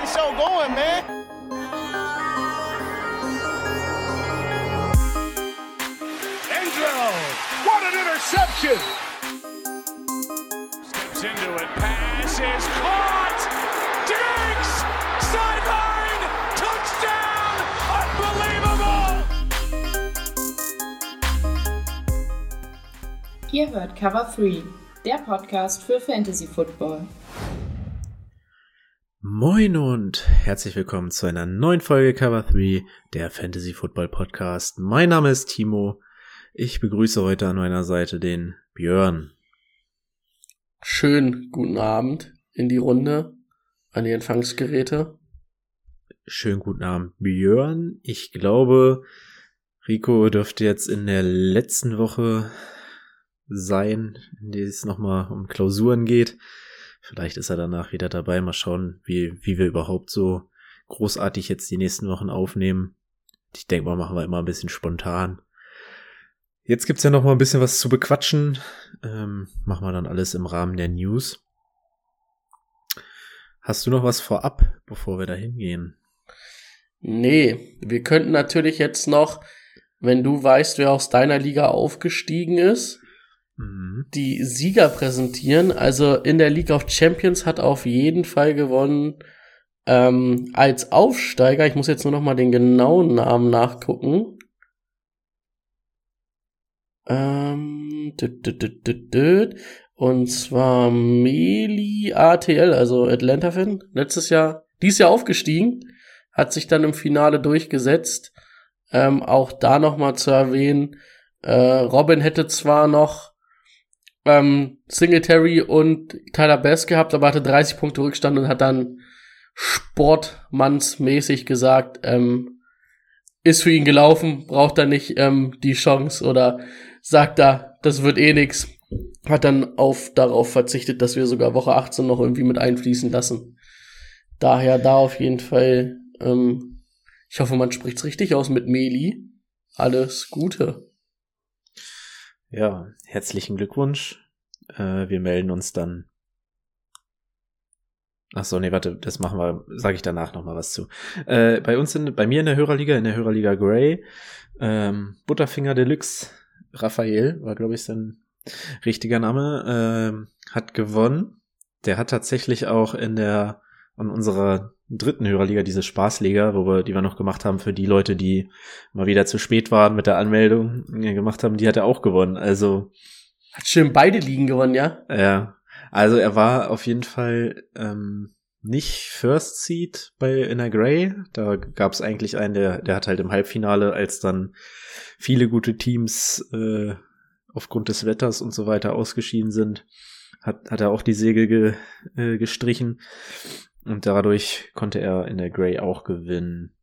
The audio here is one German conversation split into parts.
the show going, man. Angelo, what an interception! Steps into it, pass is caught! Diggs! Sideline! Touchdown! Unbelievable! Ihr hört Cover 3, der Podcast für Fantasy Football. Moin und herzlich willkommen zu einer neuen Folge Cover 3, der Fantasy Football Podcast. Mein Name ist Timo. Ich begrüße heute an meiner Seite den Björn. Schönen guten Abend in die Runde, an die Empfangsgeräte. Schönen guten Abend, Björn. Ich glaube, Rico dürfte jetzt in der letzten Woche sein, in der es nochmal um Klausuren geht. Vielleicht ist er danach wieder dabei. Mal schauen, wie wir überhaupt so großartig jetzt die nächsten Wochen aufnehmen. Ich denke mal, machen wir immer ein bisschen spontan. Jetzt gibt's ja noch mal ein bisschen was zu bequatschen. Machen wir dann alles im Rahmen der News. Hast du noch was vorab, bevor wir da hingehen? Nee, wir könnten natürlich jetzt noch, wenn du weißt, wer aus deiner Liga aufgestiegen ist, die Sieger präsentieren. Also in der League of Champions hat auf jeden Fall gewonnen als Aufsteiger. Ich muss jetzt nur noch mal den genauen Namen nachgucken. Und zwar Meli ATL, also Atlanta Fan, dieses Jahr aufgestiegen, hat sich dann im Finale durchgesetzt. Auch da noch mal zu erwähnen, Robin hätte zwar noch Singletary und Tyler Bass gehabt, aber hatte 30 Punkte Rückstand und hat dann sportmannsmäßig gesagt, ist für ihn gelaufen, braucht er nicht die Chance oder sagt da, das wird eh nix. Hat dann darauf verzichtet, dass wir sogar Woche 18 noch irgendwie mit einfließen lassen. Daher da auf jeden Fall, ich hoffe, man spricht's richtig aus mit Meli. Alles Gute. Ja, herzlichen Glückwunsch. Wir melden uns dann. Ach so, nee, warte, das machen wir, sage ich danach noch mal was zu. Bei mir in der Hörerliga Grey, Butterfinger Deluxe, Raphael, war glaube ich sein richtiger Name, hat gewonnen. Der hat tatsächlich auch an unserer dritten Hörerliga, diese Spaßliga, die wir noch gemacht haben für die Leute, die mal wieder zu spät waren mit der Anmeldung, gemacht haben, die hat er auch gewonnen. Also hat schön beide Ligen gewonnen, ja? Ja, also er war auf jeden Fall nicht First Seed in der Grey. Da gab es eigentlich einen, der hat halt im Halbfinale, als dann viele gute Teams aufgrund des Wetters und so weiter ausgeschieden sind, hat er auch die Segel gestrichen. Und dadurch konnte er in der Grey auch gewinnen.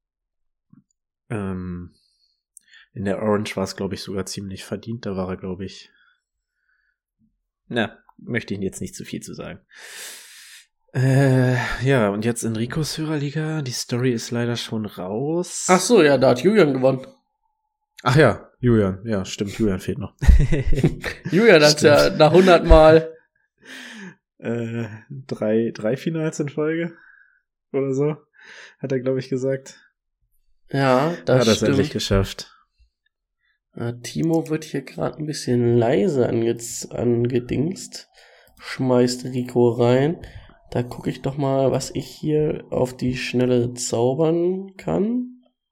In der Orange war es, glaube ich, sogar ziemlich verdient. Da war er, glaube ich... möchte ich jetzt nicht zu viel zu sagen. Ja, und jetzt in Ricos Hörerliga. Die Story ist leider schon raus. Ach so, ja, da hat Julian gewonnen. Ach ja, Julian. Ja, stimmt, Julian fehlt noch. Julian hat ja nach 100 Mal... drei Finals in Folge oder so, hat er, glaube ich, gesagt. Ja, das hat er es stimmt. endlich geschafft. Timo wird hier gerade ein bisschen leise angedingst. Schmeißt Rico rein. Da gucke ich doch mal, was ich hier auf die Schnelle zaubern kann.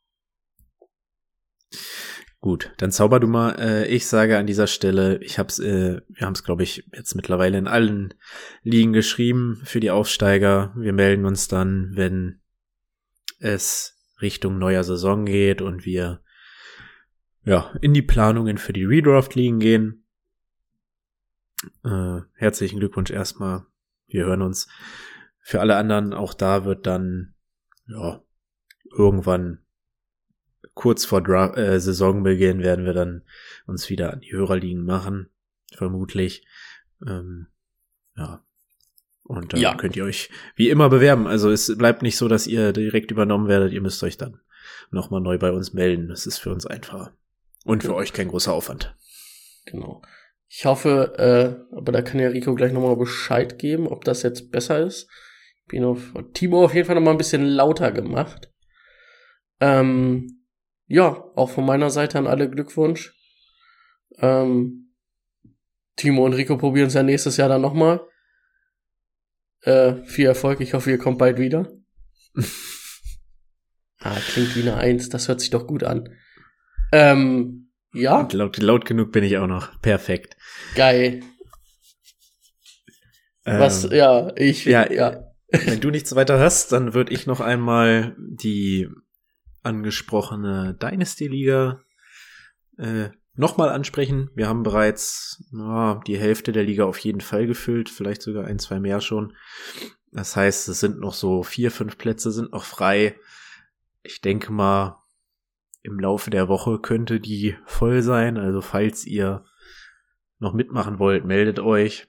Gut, dann zauber du mal. Ich sage an dieser Stelle, wir haben es, glaube ich, jetzt mittlerweile in allen Ligen geschrieben für die Aufsteiger. Wir melden uns dann, wenn es Richtung neuer Saison geht und wir in die Planungen für die Redraft-Ligen gehen. Herzlichen Glückwunsch erstmal. Wir hören uns. Für alle anderen, auch da wird dann irgendwann kurz vor Saisonbeginn werden wir dann uns wieder an die Hörerligen machen, vermutlich. Und dann könnt ihr euch wie immer bewerben. Also es bleibt nicht so, dass ihr direkt übernommen werdet. Ihr müsst euch dann nochmal neu bei uns melden. Das ist für uns einfacher. Und für euch kein großer Aufwand. Genau. Ich hoffe, aber da kann ja Rico gleich nochmal Bescheid geben, ob das jetzt besser ist. Timo auf jeden Fall noch mal ein bisschen lauter gemacht. Ja, auch von meiner Seite an alle Glückwunsch. Timo und Rico probieren es ja nächstes Jahr dann nochmal. Viel Erfolg, ich hoffe, ihr kommt bald wieder. Klingt wie eine 1, das hört sich doch gut an. Ja. Laut genug bin ich auch noch. Perfekt. Geil. Wenn du nichts weiter hast, dann würde ich noch einmal die angesprochene Dynasty-Liga nochmal ansprechen. Wir haben bereits die Hälfte der Liga auf jeden Fall gefüllt, vielleicht sogar 1, 2 mehr schon. Das heißt, es sind noch so 4, 5 Plätze sind noch frei. Ich denke mal, im Laufe der Woche könnte die voll sein. Also falls ihr noch mitmachen wollt, meldet euch.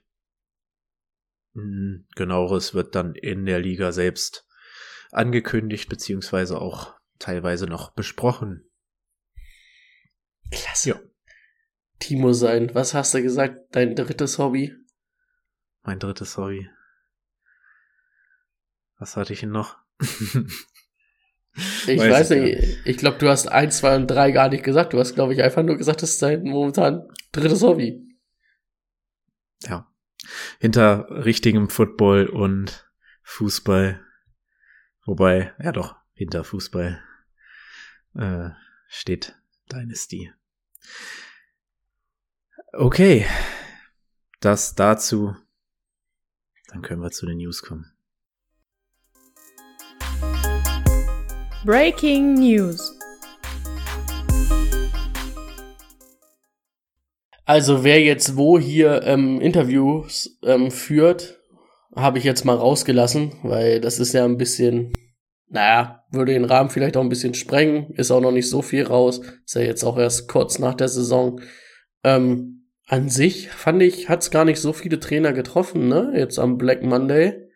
Genaueres wird dann in der Liga selbst angekündigt, beziehungsweise auch teilweise noch besprochen. Klasse. Ja. Timo sein, was hast du gesagt? Dein drittes Hobby? Mein drittes Hobby. Was hatte ich denn noch? Ich weiß nicht. Ich glaube, du hast 1, 2 und 3 gar nicht gesagt. Du hast, glaube ich, einfach nur gesagt, das ist dein momentan drittes Hobby. Ja. Hinter richtigem Football und Fußball. Wobei, ja doch, hinter Fußball steht Dynasty. Okay. Das dazu. Dann können wir zu den News kommen. Breaking News. Also wer jetzt wo hier Interviews führt, habe ich jetzt mal rausgelassen, weil das ist ja ein bisschen, würde den Rahmen vielleicht auch ein bisschen sprengen, ist auch noch nicht so viel raus, ist ja jetzt auch erst kurz nach der Saison. An sich, fand ich, hat's gar nicht so viele Trainer getroffen, ne, jetzt am Black Monday.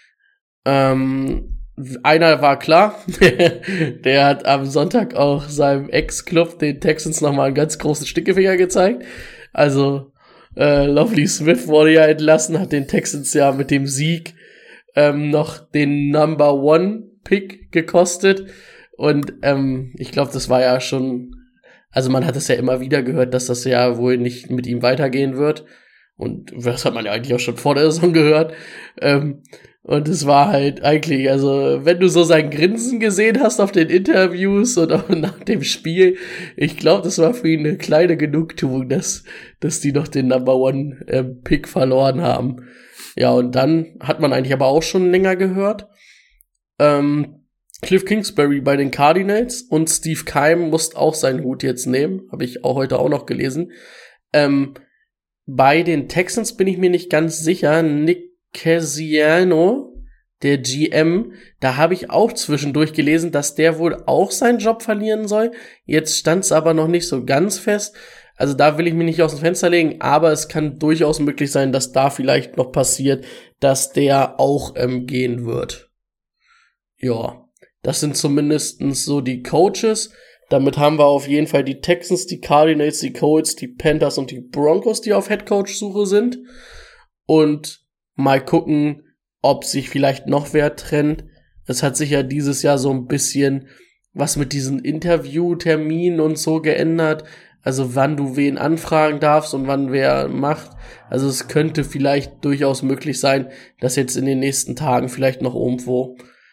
Einer war klar, der hat am Sonntag auch seinem Ex-Club, den Texans, nochmal einen ganz großen Stinkefinger gezeigt. Also, Lovely Smith wurde ja entlassen, hat den Texans ja mit dem Sieg noch den Number 1 Pick gekostet. Und ich glaube, das war ja schon, also man hat es ja immer wieder gehört, dass das ja wohl nicht mit ihm weitergehen wird. Und das hat man ja eigentlich auch schon vor der Saison gehört. Und es war halt eigentlich, also wenn du so sein Grinsen gesehen hast auf den Interviews und auch nach dem Spiel, ich glaube, das war für ihn eine kleine Genugtuung, dass die noch den Number 1 Pick verloren haben. Ja, und dann hat man eigentlich aber auch schon länger gehört. Cliff Kingsbury bei den Cardinals und Steve Keim muss auch seinen Hut jetzt nehmen, habe ich auch heute auch noch gelesen. Bei den Texans bin ich mir nicht ganz sicher. Nick Casiano, der GM, da habe ich auch zwischendurch gelesen, dass der wohl auch seinen Job verlieren soll. Jetzt stand es aber noch nicht so ganz fest. Also da will ich mich nicht aus dem Fenster legen, aber es kann durchaus möglich sein, dass da vielleicht noch passiert, dass der auch gehen wird. Ja, das sind zumindestens so die Coaches. Damit haben wir auf jeden Fall die Texans, die Cardinals, die Colts, die Panthers und die Broncos, die auf Headcoach-Suche sind. Und mal gucken, ob sich vielleicht noch wer trennt. Es hat sich ja dieses Jahr so ein bisschen was mit diesen Interviewterminen und so geändert. Also wann du wen anfragen darfst und wann wer macht. Also es könnte vielleicht durchaus möglich sein, dass jetzt in den nächsten Tagen vielleicht noch irgendwo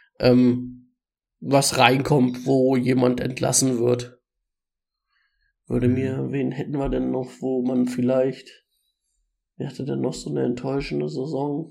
was reinkommt, wo jemand entlassen wird. Wen hätten wir denn noch, wo man vielleicht, wer hatte denn noch so eine enttäuschende Saison?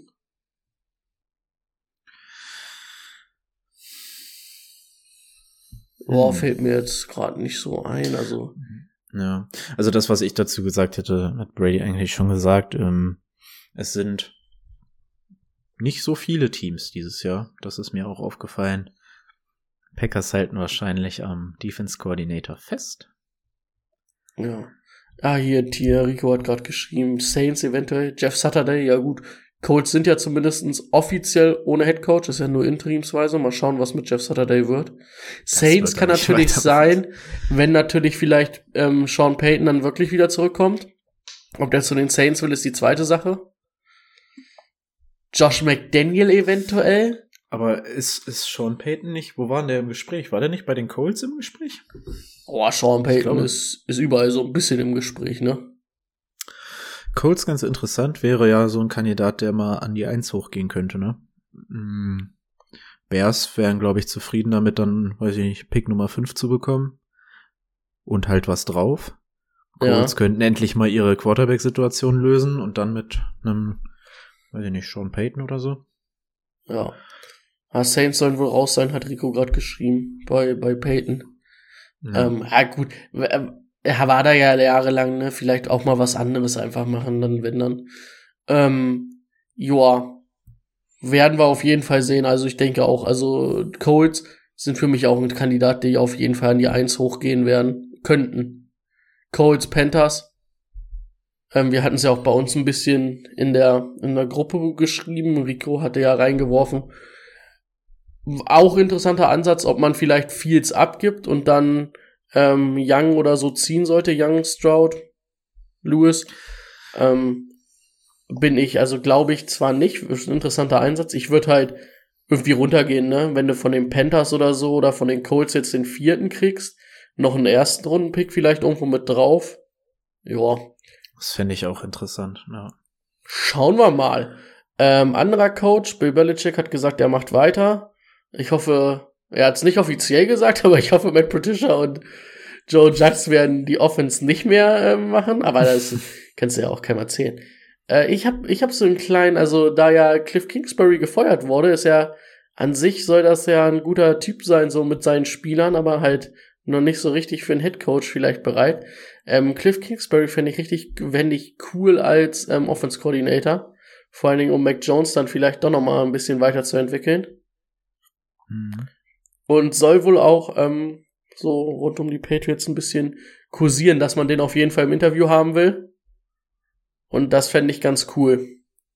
Fällt mir jetzt gerade nicht so ein, also. Ja, also das, was ich dazu gesagt hätte, hat Brady eigentlich schon gesagt. Es sind nicht so viele Teams dieses Jahr, das ist mir auch aufgefallen. Packers halten wahrscheinlich am Defense Coordinator fest. Ja. Hier, Rico hat gerade geschrieben, Saints eventuell, Jeff Saturday, ja gut. Colts sind ja zumindest offiziell ohne Headcoach, ist ja nur interimsweise. Mal schauen, was mit Jeff Saturday wird. Saints kann natürlich sein, wenn natürlich vielleicht Sean Payton dann wirklich wieder zurückkommt. Ob der zu den Saints will, ist die zweite Sache. Josh McDaniel eventuell. Aber ist Sean Payton nicht, wo war denn der im Gespräch? War der nicht bei den Colts im Gespräch? Oh, Sean Payton ist überall so ein bisschen im Gespräch, ne? Colts ganz interessant, wäre ja so ein Kandidat, der mal an die 1 hochgehen könnte, ne? Bears wären, glaube ich, zufrieden damit, dann, weiß ich nicht, Pick Nummer 5 zu bekommen. Und halt was drauf. Colts könnten endlich mal ihre Quarterback-Situation lösen und dann mit einem, weiß ich nicht, Sean Payton oder so. Ja. Saints sollen wohl raus sein, hat Rico gerade geschrieben, bei Payton. Ja, gut. Er war da ja jahrelang, ne? Vielleicht auch mal was anderes einfach machen, dann wenn dann. Ja. Werden wir auf jeden Fall sehen. Also ich denke auch, also Colts sind für mich auch ein Kandidat, die auf jeden Fall an die 1 hochgehen werden könnten. Colts, Panthers. Wir hatten es ja auch bei uns ein bisschen in der Gruppe geschrieben. Rico hatte ja reingeworfen. Auch interessanter Ansatz, ob man vielleicht Fields abgibt und dann Young oder so ziehen sollte. Young, Stroud, Lewis. Bin ich, also glaube ich zwar nicht, ist ein interessanter Einsatz. Ich würde halt irgendwie runtergehen, ne? Wenn du von den Panthers oder so oder von den Colts jetzt den 4. kriegst, noch einen 1. Rundenpick vielleicht irgendwo mit drauf. Ja. Das fände ich auch interessant, ja. Schauen wir mal. Anderer Coach, Bill Belichick, hat gesagt, er macht weiter. Ich hoffe, er hat es nicht offiziell gesagt, aber ich hoffe, Matt Patricia und Joe Judge werden die Offense nicht mehr machen. Aber das kannst du ja auch keinem erzählen. Ich hab so einen kleinen, also da ja Cliff Kingsbury gefeuert wurde, ist ja an sich soll das ja ein guter Typ sein, so mit seinen Spielern, aber halt noch nicht so richtig für einen Headcoach vielleicht bereit. Cliff Kingsbury fände ich cool als Offense Coordinator. Vor allen Dingen, um Mac Jones dann vielleicht doch noch mal ein bisschen weiterzuentwickeln. Mhm. Und soll wohl auch so rund um die Patriots ein bisschen kursieren, dass man den auf jeden Fall im Interview haben will. Und das fände ich ganz cool.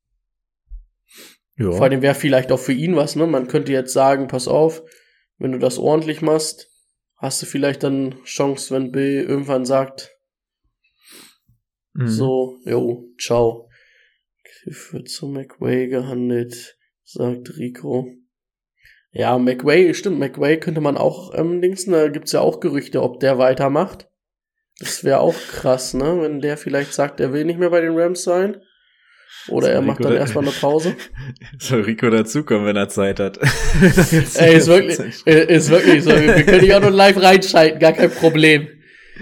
Ja. Vor allem wäre vielleicht auch für ihn was, ne? Man könnte jetzt sagen, pass auf, wenn du das ordentlich machst, hast du vielleicht dann Chance, wenn Bill irgendwann sagt, so, jo, ciao. Cliff wird zu McVay gehandelt, sagt Rico. Ja, McVay könnte man auch dingsen, da gibt's ja auch Gerüchte, ob der weitermacht. Das wäre auch krass, ne? Wenn der vielleicht sagt, er will nicht mehr bei den Rams sein. Oder er macht dann erstmal eine Pause. Soll Rico dazukommen, wenn er Zeit hat? Ey, ist wirklich so. Wir können dich auch noch live reinschalten, gar kein Problem.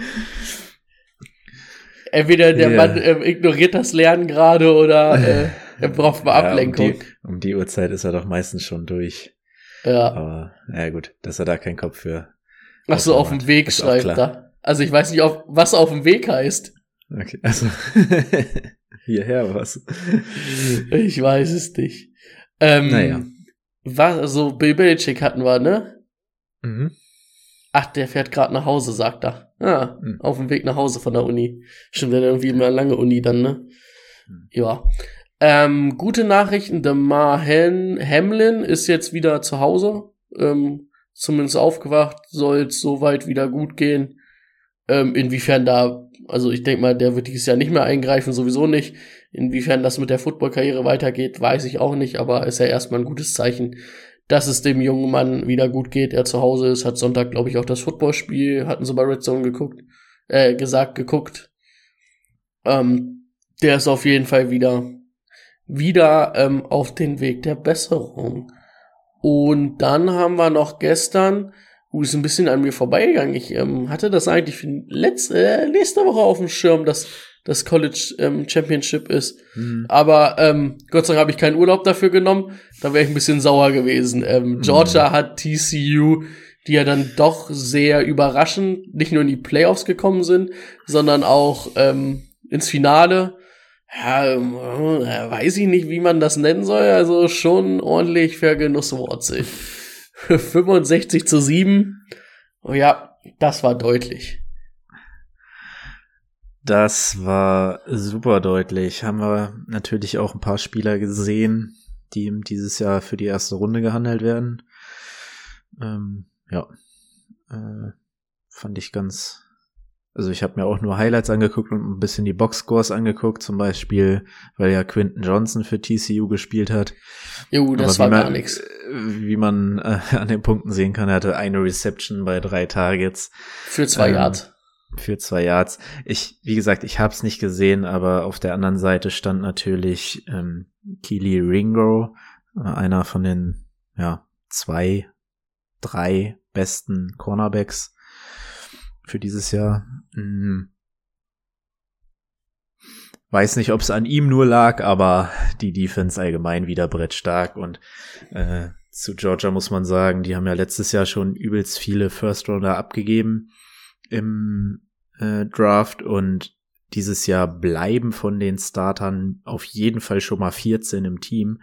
Entweder der Mann ignoriert das Lernen gerade oder er braucht mal Ablenkung. Um die Uhrzeit ist er doch meistens schon durch. Ja. Aber, ja gut, dass er da keinen Kopf für... Ach so, auf dem Weg schreibt er. Also ich weiß nicht, was auf dem Weg heißt. Okay, also hierher was? Ich weiß es nicht. Naja. Also Bill Belichick hatten wir, ne? Mhm. Ach, der fährt gerade nach Hause, sagt er. Auf dem Weg nach Hause von der Uni. Stimmt, der hat irgendwie immer eine lange Uni dann, ne? Ja. Gute Nachrichten, Damar Hamlin ist jetzt wieder zu Hause. Zumindest aufgewacht, soll es soweit wieder gut gehen. Inwiefern da, also ich denke mal, der wird dieses Jahr nicht mehr eingreifen, sowieso nicht. Inwiefern das mit der Football-Karriere weitergeht, weiß ich auch nicht, aber ist ja erstmal ein gutes Zeichen, dass es dem jungen Mann wieder gut geht, er zu Hause ist, hat Sonntag, glaube ich, auch das Footballspiel, hatten sie bei Red Zone geguckt. Der ist auf jeden Fall wieder auf den Weg der Besserung. Und dann haben wir noch gestern, ist ein bisschen an mir vorbeigegangen. Ich hatte das eigentlich für nächste Woche auf dem Schirm, dass das College Championship ist. Aber Gott sei Dank habe ich keinen Urlaub dafür genommen. Da wäre ich ein bisschen sauer gewesen. Georgia hat TCU, die ja dann doch sehr überraschend nicht nur in die Playoffs gekommen sind, sondern auch ins Finale. Ja, weiß ich nicht, wie man das nennen soll. Also schon ordentlich vergenusswurzig. 65-7. Oh ja, das war deutlich. Das war super deutlich. Haben wir natürlich auch ein paar Spieler gesehen, die dieses Jahr für die erste Runde gehandelt werden. Fand ich ganz... Also ich habe mir auch nur Highlights angeguckt und ein bisschen die Boxscores angeguckt, zum Beispiel, weil ja Quinton Johnson für TCU gespielt hat. Jo, das war gar nichts. wie man an den Punkten sehen kann, er hatte eine Reception bei 3 Targets. Für 2 Yards. Für 2 Yards. Wie gesagt, ich habe es nicht gesehen, aber auf der anderen Seite stand natürlich Keely Ringo, einer von den 2, 3 besten Cornerbacks für dieses Jahr. Weiß nicht, ob es an ihm nur lag, aber die Defense allgemein wieder brettstark. Und zu Georgia muss man sagen, die haben ja letztes Jahr schon übelst viele First-Rounder abgegeben im Draft. Und dieses Jahr bleiben von den Startern auf jeden Fall schon mal 14 im Team.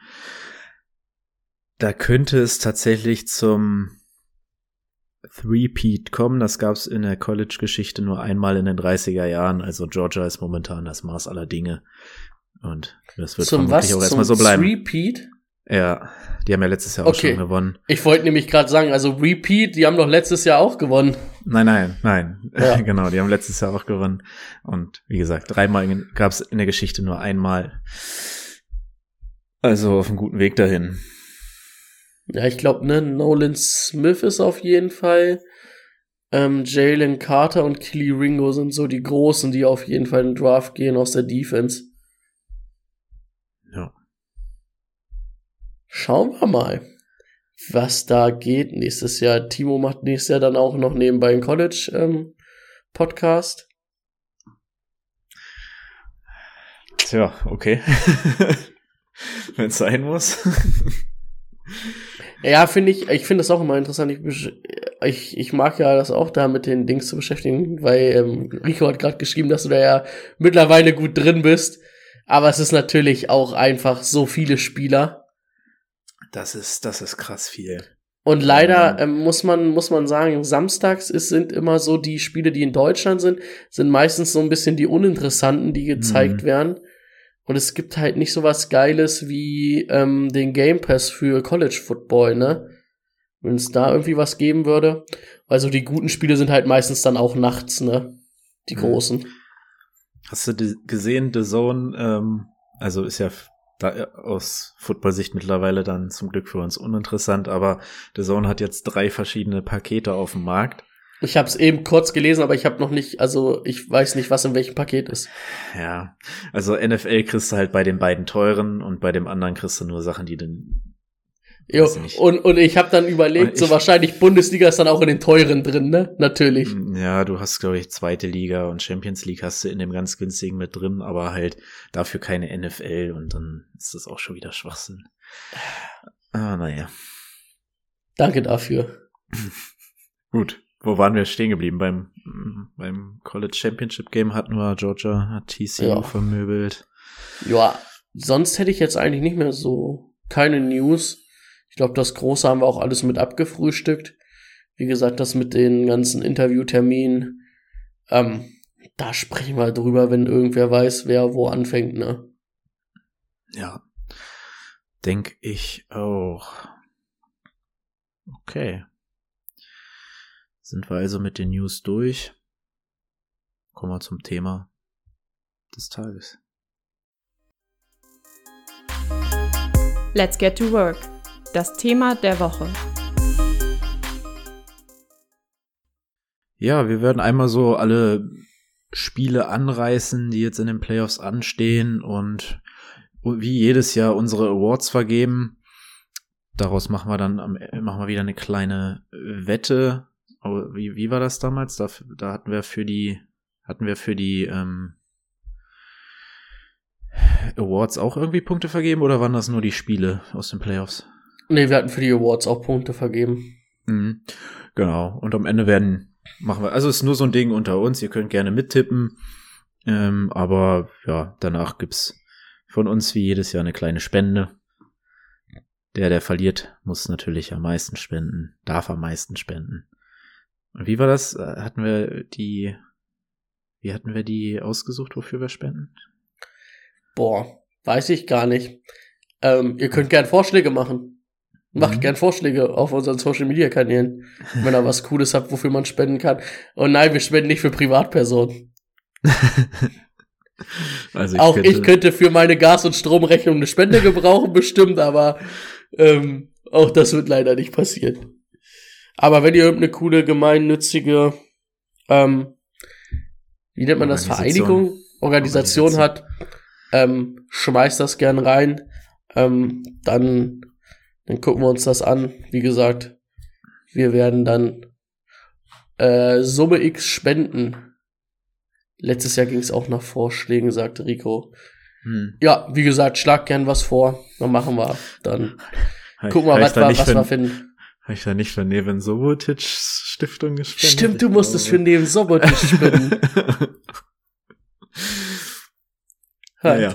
Da könnte es tatsächlich zum Three-Peat kommen. Das gab es in der College-Geschichte nur einmal in den 30er Jahren. Also Georgia ist momentan das Maß aller Dinge. Und das wird vermutlich auch erstmal so bleiben. Repeat? Ja, die haben ja letztes Jahr auch schon gewonnen. Ich wollte nämlich gerade sagen, also Repeat, die haben doch letztes Jahr auch gewonnen. Nein. Ja. Genau, die haben letztes Jahr auch gewonnen. Und wie gesagt, 3-mal gab es in der Geschichte nur einmal. Also auf einem guten Weg dahin. Ja, ich glaube, Nolan Smith ist auf jeden Fall. Jalen Carter und Keely Ringo sind so die Großen, die auf jeden Fall in den Draft gehen aus der Defense. Ja. Schauen wir mal, was da geht nächstes Jahr. Timo macht nächstes Jahr dann auch noch nebenbei einen College-Podcast. Tja, okay. Wenn es sein muss. Ja, ich finde das auch immer interessant. Ich mag ja das auch, da mit den Dings zu beschäftigen, weil Rico hat gerade geschrieben, dass du da ja mittlerweile gut drin bist. Aber es ist natürlich auch einfach so viele Spieler. Das ist krass viel. Und leider muss man sagen, samstags sind immer so die Spiele, die in Deutschland sind meistens so ein bisschen die uninteressanten, die gezeigt werden. Und es gibt halt nicht so was Geiles wie den Game Pass für College Football, ne? Wenn es da irgendwie was geben würde. Also die guten Spiele sind halt meistens dann auch nachts, ne? Die großen. Hast du gesehen, The Zone, also ist ja da aus Football-Sicht mittlerweile dann zum Glück für uns uninteressant, aber The Zone hat jetzt 3 verschiedene Pakete auf dem Markt. Ich habe es eben kurz gelesen, aber ich habe noch nicht, also ich weiß nicht, was in welchem Paket ist. Ja, also NFL kriegst du halt bei den beiden teuren und bei dem anderen kriegst du nur Sachen, die dann jo, und ich habe dann überlegt, so wahrscheinlich Bundesliga ist dann auch in den teuren drin, ne? Natürlich. Ja, du hast, glaube ich, 2. Liga und Champions League hast du in dem ganz günstigen mit drin, aber halt dafür keine NFL und dann ist das auch schon wieder Schwachsinn. Ah, naja. Danke dafür. Gut. Wo waren wir stehen geblieben? Beim College Championship Game hat TCU vermöbelt. Ja, sonst hätte ich jetzt eigentlich nicht mehr so keine News. Ich glaube, das Große haben wir auch alles mit abgefrühstückt. Wie gesagt, das mit den ganzen Interviewterminen. Da sprechen wir drüber, wenn irgendwer weiß, wer wo anfängt, ne? Ja. Denk ich auch. Okay. Sind wir also mit den News durch? Kommen wir zum Thema des Tages. Let's get to work. Das Thema der Woche. Ja, wir werden einmal so alle Spiele anreißen, die jetzt in den Playoffs anstehen und wie jedes Jahr unsere Awards vergeben. Daraus machen wir wieder eine kleine Wette. Aber wie war das damals? Da hatten wir für die Awards auch irgendwie Punkte vergeben oder waren das nur die Spiele aus den Playoffs? Nee, wir hatten für die Awards auch Punkte vergeben. Mhm. Genau. Und am Ende also es ist nur so ein Ding unter uns, ihr könnt gerne mittippen. Aber ja, danach gibt's von uns wie jedes Jahr eine kleine Spende. Der verliert, muss natürlich am meisten spenden, darf am meisten spenden. Und wie war das? Hatten wir die ausgesucht, wofür wir spenden? Boah, weiß ich gar nicht. Ihr könnt gern Vorschläge machen. Macht gern Vorschläge auf unseren Social-Media-Kanälen, wenn ihr was Cooles habt, wofür man spenden kann. Und nein, wir spenden nicht für Privatpersonen. Ich könnte für meine Gas- und Stromrechnung eine Spende gebrauchen, bestimmt, aber Auch das wird leider nicht passieren. Aber wenn ihr irgendeine coole, gemeinnützige, wie nennt man das, Organisation hat, schmeißt das gern rein. Dann gucken wir uns das an. Wie gesagt, wir werden dann Summe X spenden. Letztes Jahr ging es auch nach Vorschlägen, sagte Rico. Ja, wie gesagt, schlag gern was vor. Dann machen wir. Dann gucken wir, was wir finden. Habe ich da nicht für Neven Sobotic Stiftung gespendet? Stimmt, du musstest für Neven Sobotic spenden. Ja.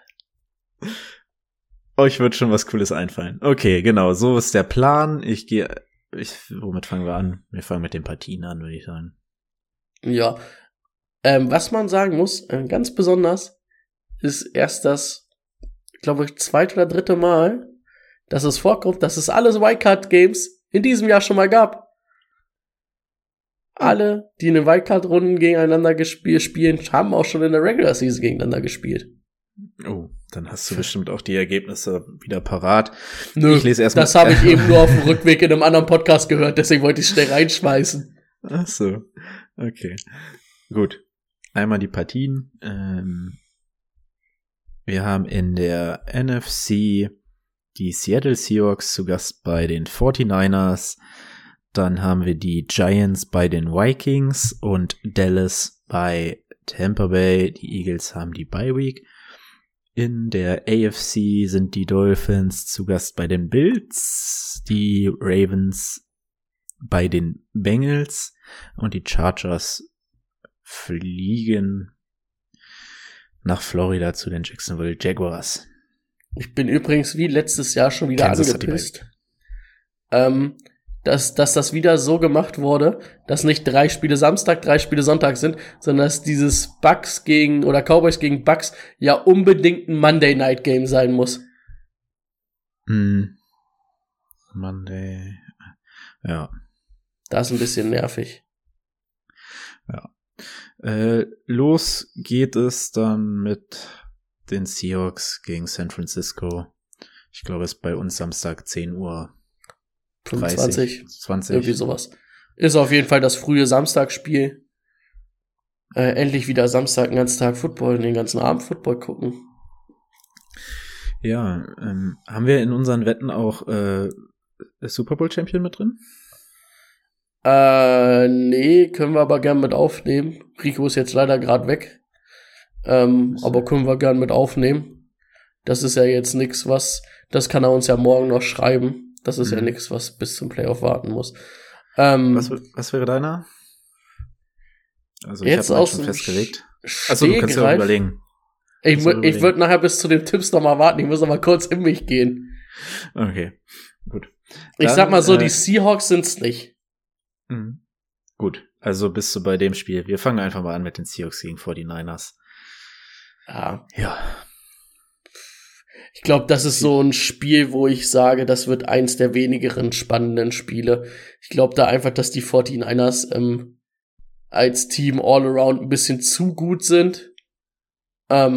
Euch wird schon was Cooles einfallen. Okay, genau, so ist der Plan. Womit fangen wir an? Wir fangen mit den Partien an, würde ich sagen. Ja. Was man sagen muss, ganz besonders, ist erst das, glaube ich, 2. oder 3. Mal, dass es vorkommt, dass es alles Wildcard-Games in diesem Jahr schon mal gab. Alle, die in den Wildcard-Runden gegeneinander spielen, haben auch schon in der Regular Season gegeneinander gespielt. Oh, dann hast du bestimmt auch die Ergebnisse wieder parat. Nö, ich lese erstmal. Das habe ich eben nur auf dem Rückweg in einem anderen Podcast gehört, deswegen wollte ich schnell reinschmeißen. Ach so, okay. Gut, einmal die Partien. Wir haben in der NFC die Seattle Seahawks zu Gast bei den 49ers. Dann haben wir die Giants bei den Vikings und Dallas bei Tampa Bay. Die Eagles haben die Bye Week. In der AFC sind die Dolphins zu Gast bei den Bills, die Ravens bei den Bengals und die Chargers fliegen nach Florida zu den Jacksonville Jaguars. Ich bin übrigens wie letztes Jahr schon wieder angepisst, dass das wieder so gemacht wurde, dass nicht 3 Spiele Samstag, 3 Spiele Sonntag sind, sondern dass dieses Cowboys gegen Bucks ja unbedingt ein Monday Night Game sein muss. Monday, ja. Das ist ein bisschen nervig. Ja. Los geht es dann mit den Seahawks gegen San Francisco. Ich glaube, es ist bei uns Samstag 10 Uhr. 25, 20. Irgendwie sowas. Ist auf jeden Fall das frühe Samstagsspiel. Endlich wieder Samstag, den ganzen Tag Football, den ganzen Abend Football gucken. Ja, haben wir in unseren Wetten auch Super Bowl Champion mit drin? Nee, können wir aber gern mit aufnehmen. Rico ist jetzt leider gerade weg. Aber können wir gern mit aufnehmen. Das ist ja jetzt nichts, das kann er uns ja morgen noch schreiben. Das ist ja nichts, was bis zum Playoff warten muss. Was wäre deiner? Also ich habe schon festgelegt. Achso, du kannst ja auch überlegen. Ich würde nachher bis zu den Tipps noch mal warten. Ich muss aber kurz in mich gehen. Okay, gut. Ich sag mal so, die Seahawks sind's nicht. Gut, also bist du bei dem Spiel. Wir fangen einfach mal an mit den Seahawks gegen 49ers. Ja. Ich glaube, das ist so ein Spiel, wo ich sage, das wird eins der wenigeren spannenden Spiele. Ich glaube da einfach, dass die 49ers als Team all around ein bisschen zu gut sind. Da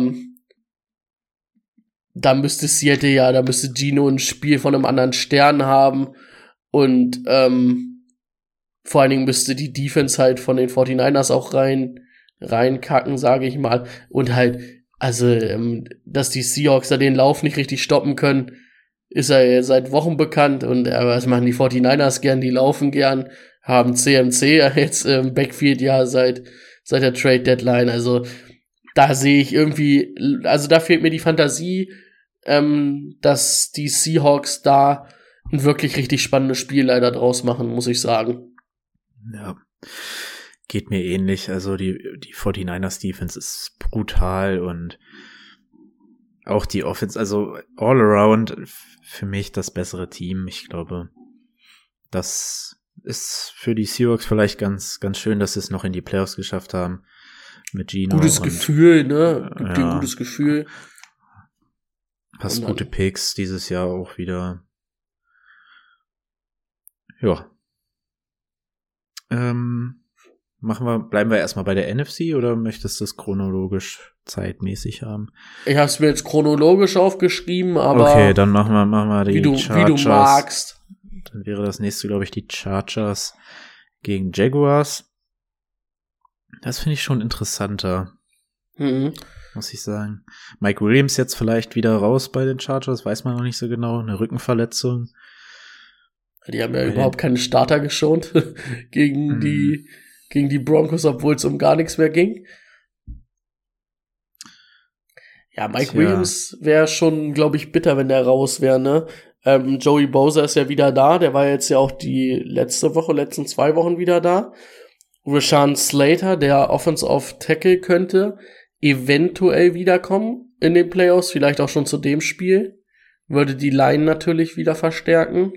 müsste Gino ein Spiel von einem anderen Stern haben und vor allen Dingen müsste die Defense halt von den 49ers auch reinkacken, sage ich mal. Und halt, also, dass die Seahawks da den Lauf nicht richtig stoppen können, ist ja seit Wochen bekannt. Und was machen die 49ers gern? Die laufen gern, haben CMC jetzt im Backfield ja seit der Trade Deadline. Also, da sehe ich irgendwie, also da fehlt mir die Fantasie, dass die Seahawks da ein wirklich richtig spannendes Spiel leider draus machen, muss ich sagen. Ja, geht mir ähnlich. Also die 49ers Defense ist brutal und auch die Offense, also all around für mich das bessere Team. Ich glaube, das ist für die Seahawks vielleicht ganz, ganz schön, dass sie es noch in die Playoffs geschafft haben mit Gino. Gutes Gefühl, ne? Gibt dir ein gutes Gefühl. Hast gute Picks dieses Jahr auch wieder. Ja. bleiben wir erstmal bei der NFC oder möchtest du es chronologisch zeitmäßig haben? Ich habe es mir jetzt chronologisch aufgeschrieben, aber okay, dann machen wir die wie du magst. Dann wäre das nächste, glaube ich, die Chargers gegen Jaguars. Das finde ich schon interessanter, muss ich sagen. Mike Williams jetzt vielleicht wieder raus bei den Chargers, weiß man noch nicht so genau. Eine Rückenverletzung. Die haben ja überhaupt keine Starter geschont gegen die Broncos, obwohl es um gar nichts mehr ging. Ja, Mike Williams wäre schon, glaube ich, bitter, wenn der raus wäre, ne? Joey Bosa ist ja wieder da, der war jetzt ja auch die letzten 2 Wochen wieder da. Rashawn Slater, der Offensive Tackle, könnte eventuell wiederkommen in den Playoffs, vielleicht auch schon zu dem Spiel. Würde die Line natürlich wieder verstärken.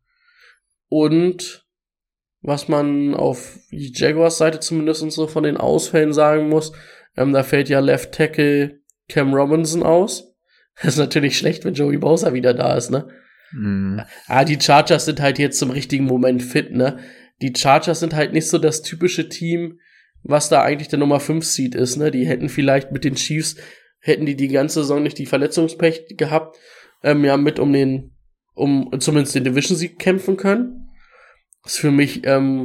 Und was man auf die Jaguars Seite zumindest so von den Ausfällen sagen muss, da fällt ja Left Tackle Cam Robinson aus. Das ist natürlich schlecht, wenn Joey Bosa wieder da ist, ne? Die Chargers sind halt jetzt zum richtigen Moment fit, ne? Die Chargers sind halt nicht so das typische Team, was da eigentlich der Nummer 5 Seed ist, ne? Die hätten vielleicht mit den Chiefs, hätten die ganze Saison nicht die Verletzungspech gehabt, mit um zumindest den Division-Sieg kämpfen können. Das ist für mich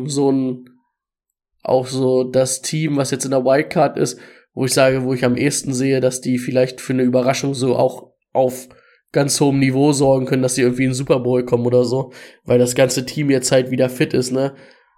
auch so das Team, was jetzt in der Wildcard ist, wo ich am ehesten sehe, dass die vielleicht für eine Überraschung so auch auf ganz hohem Niveau sorgen können, dass sie irgendwie in den Super Bowl kommen oder so, weil das ganze Team jetzt halt wieder fit ist, ne?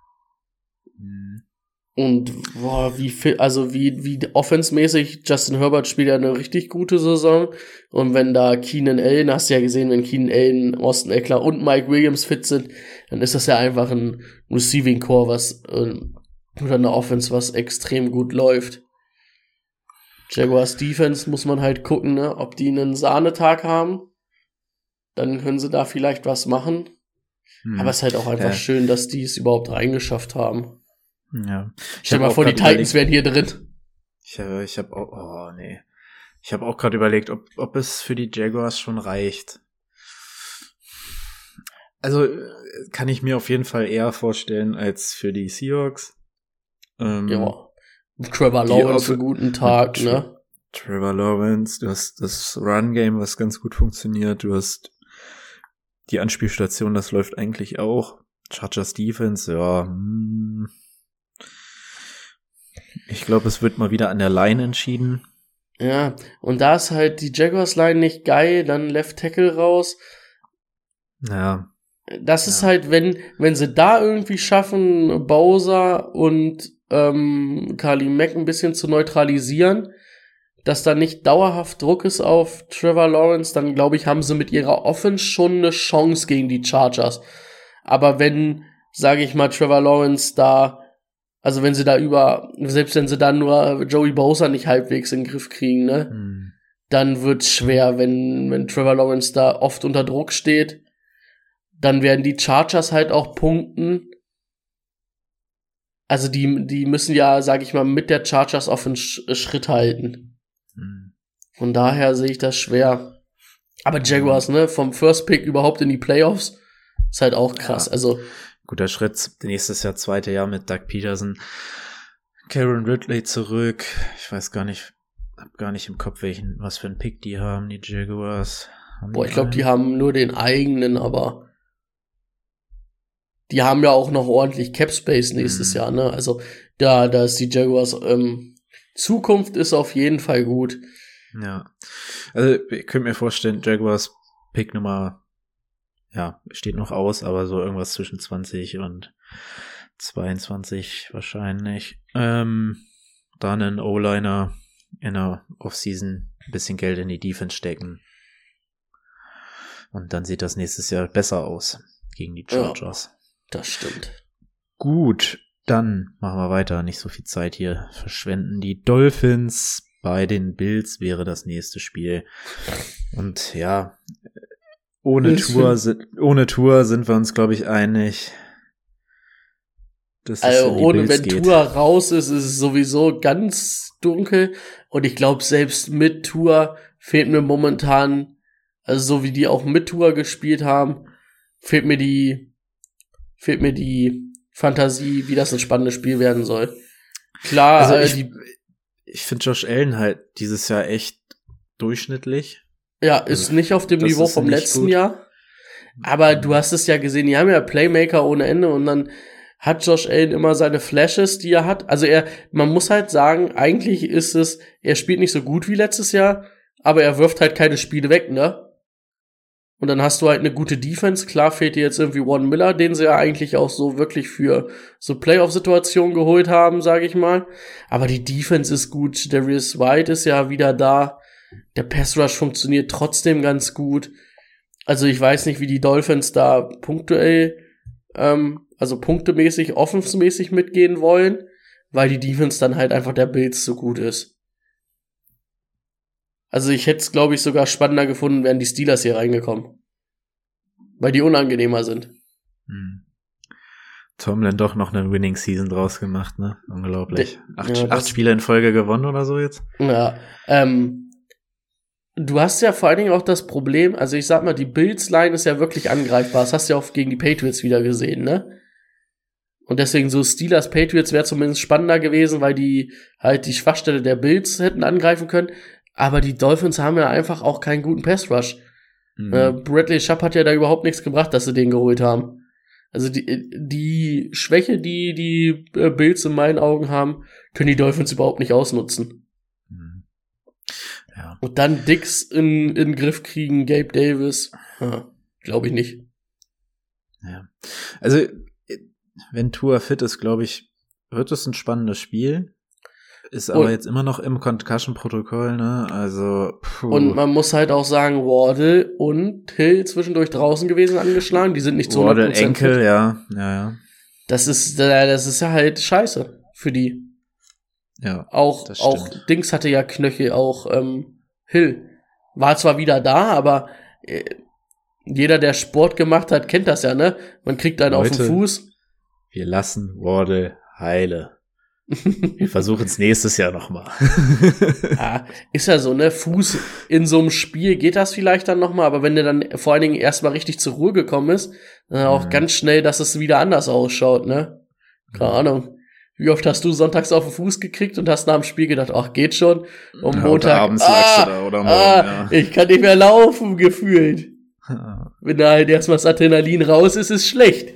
Und wie offensmäßig Justin Herbert spielt ja eine richtig gute Saison. Und wenn da Keenan Allen, hast du ja gesehen, wenn Keenan Allen, Austin Eckler und Mike Williams fit sind, dann ist das ja einfach ein Receiving Core, oder eine Offense, was extrem gut läuft. Jaguars Defense muss man halt gucken, ne, ob die einen Sahnetag haben. Dann können sie da vielleicht was machen. Aber es ist halt auch einfach schön, dass die es überhaupt reingeschafft haben. Ja. Stell dir mal vor, die Titans wären hier drin. Ich habe auch gerade überlegt, ob es für die Jaguars schon reicht. Also kann ich mir auf jeden Fall eher vorstellen als für die Seahawks. Ja. Trevor Lawrence einen guten Tag, ne? Trevor Lawrence, du hast das Run-Game, was ganz gut funktioniert, du hast die Anspielstation, das läuft eigentlich auch. Chargers Defense, ja. Ich glaube, es wird mal wieder an der Line entschieden. Ja, und da ist halt die Jaguars-Line nicht geil, dann Left Tackle raus. Ja. Das ist halt, wenn sie da irgendwie schaffen, Bowser und Khalil Mack ein bisschen zu neutralisieren, dass da nicht dauerhaft Druck ist auf Trevor Lawrence, dann glaube ich, haben sie mit ihrer Offense schon eine Chance gegen die Chargers. Aber wenn, sage ich mal, Trevor Lawrence selbst wenn sie da nur Joey Bosa nicht halbwegs in den Griff kriegen, ne, dann wird's schwer, wenn Trevor Lawrence da oft unter Druck steht. Dann werden die Chargers halt auch punkten. Also die müssen ja, sag ich mal, mit der Chargers auf den Schritt halten. Von daher sehe ich das schwer. Aber Jaguars, ne, vom First Pick überhaupt in die Playoffs, ist halt auch krass. Ja. Also guter Schritt. Nächstes Jahr, 2. Jahr mit Doug Peterson. Karen Ridley zurück. Ich weiß gar nicht, hab gar nicht im Kopf, was für einen Pick die haben, die Jaguars. Ich glaube, die haben nur den eigenen, aber die haben ja auch noch ordentlich Cap Space nächstes Jahr, ne? Also da ist die Jaguars Zukunft ist auf jeden Fall gut. Ja. Also ich könnte mir vorstellen, Jaguars Pick Nummer, ja, steht noch aus, aber so irgendwas zwischen 20 und 22 wahrscheinlich. Dann einen O-Liner in der Offseason ein bisschen Geld in die Defense stecken. Und dann sieht das nächstes Jahr besser aus gegen die Chargers. Ja, das stimmt. Gut, dann machen wir weiter. Nicht so viel Zeit hier verschwenden. Die Dolphins bei den Bills wäre das nächste Spiel. Und ja, ohne Tour sind wir uns, glaube ich, einig. Also ohne, wenn Tour raus ist es sowieso ganz dunkel. Und ich glaube, selbst mit Tour fehlt mir momentan, also so wie die auch mit Tour gespielt haben, fehlt mir die Fantasie, wie das ein spannendes Spiel werden soll. Klar, Also ich finde Josh Allen halt dieses Jahr echt durchschnittlich. ja, ist nicht auf dem das Niveau ist vom nicht letzten gut. Jahr. Aber du hast es ja gesehen, die haben ja Playmaker ohne Ende und dann hat Josh Allen immer seine Flashes, die er hat. Also man muss halt sagen, eigentlich ist es, er spielt nicht so gut wie letztes Jahr, aber er wirft halt keine Spiele weg, ne? Und dann hast du halt eine gute Defense. Klar fehlt dir jetzt irgendwie Von Miller, den sie ja eigentlich auch so wirklich für so Playoff-Situationen geholt haben, sage ich mal. Aber die Defense ist gut. Darius White ist ja wieder da. Der Pass-Rush funktioniert trotzdem ganz gut. Also ich weiß nicht, wie die Dolphins da punktuell, also punktemäßig, offensmäßig mitgehen wollen, weil die Defense dann halt einfach der Bills so gut ist. Also ich hätte es, glaube ich, sogar spannender gefunden, wären die Steelers hier reingekommen. Weil die unangenehmer sind. Tomlin doch noch eine Winning Season draus gemacht, ne? Unglaublich. Ja, 8 Spiele in Folge gewonnen oder so jetzt? Ja, du hast ja vor allen Dingen auch das Problem, also ich sag mal, die Bills-Line ist ja wirklich angreifbar. Das hast du ja auch gegen die Patriots wieder gesehen, ne? Und deswegen so Steelers-Patriots wäre zumindest spannender gewesen, weil die halt die Schwachstelle der Bills hätten angreifen können. Aber die Dolphins haben ja einfach auch keinen guten Pass-Rush. Bradley Chubb hat ja da überhaupt nichts gebracht, dass sie den geholt haben. Also die Schwäche, die Bills in meinen Augen haben, können die Dolphins überhaupt nicht ausnutzen. Ja. Und dann Dix in den Griff kriegen, Gabe Davis, glaube ich nicht. Ja. Also, wenn Tua fit ist, glaube ich, wird es ein spannendes Spiel. Ist aber jetzt immer noch im Concussion-Protokoll, ne? Also, Und man muss halt auch sagen, Wardle und Hill zwischendurch draußen gewesen, angeschlagen. Die sind nicht zu 100% Wardle, Enkel, fit. ja. Das ist ja halt scheiße für die. Ja, Auch Dings hatte ja Knöchel, auch Hill. War zwar wieder da, aber jeder, der Sport gemacht hat, kennt das ja, ne? Man kriegt einen auf den Fuß. Wir lassen Wardle heile. Wir versuchen es nächstes Jahr nochmal. Ja, ist ja so, ne? Fuß in so einem Spiel geht das vielleicht dann nochmal, aber wenn der dann vor allen Dingen erstmal richtig zur Ruhe gekommen ist, dann auch ganz schnell, dass es wieder anders ausschaut, ne? Keine Ahnung. Wie oft hast du sonntags auf den Fuß gekriegt und hast nach dem Spiel gedacht, ach, geht schon? Und Montag, abends lagst du da oder morgen, ich kann nicht mehr laufen, gefühlt. Wenn da halt erstmal das Adrenalin raus ist, ist schlecht.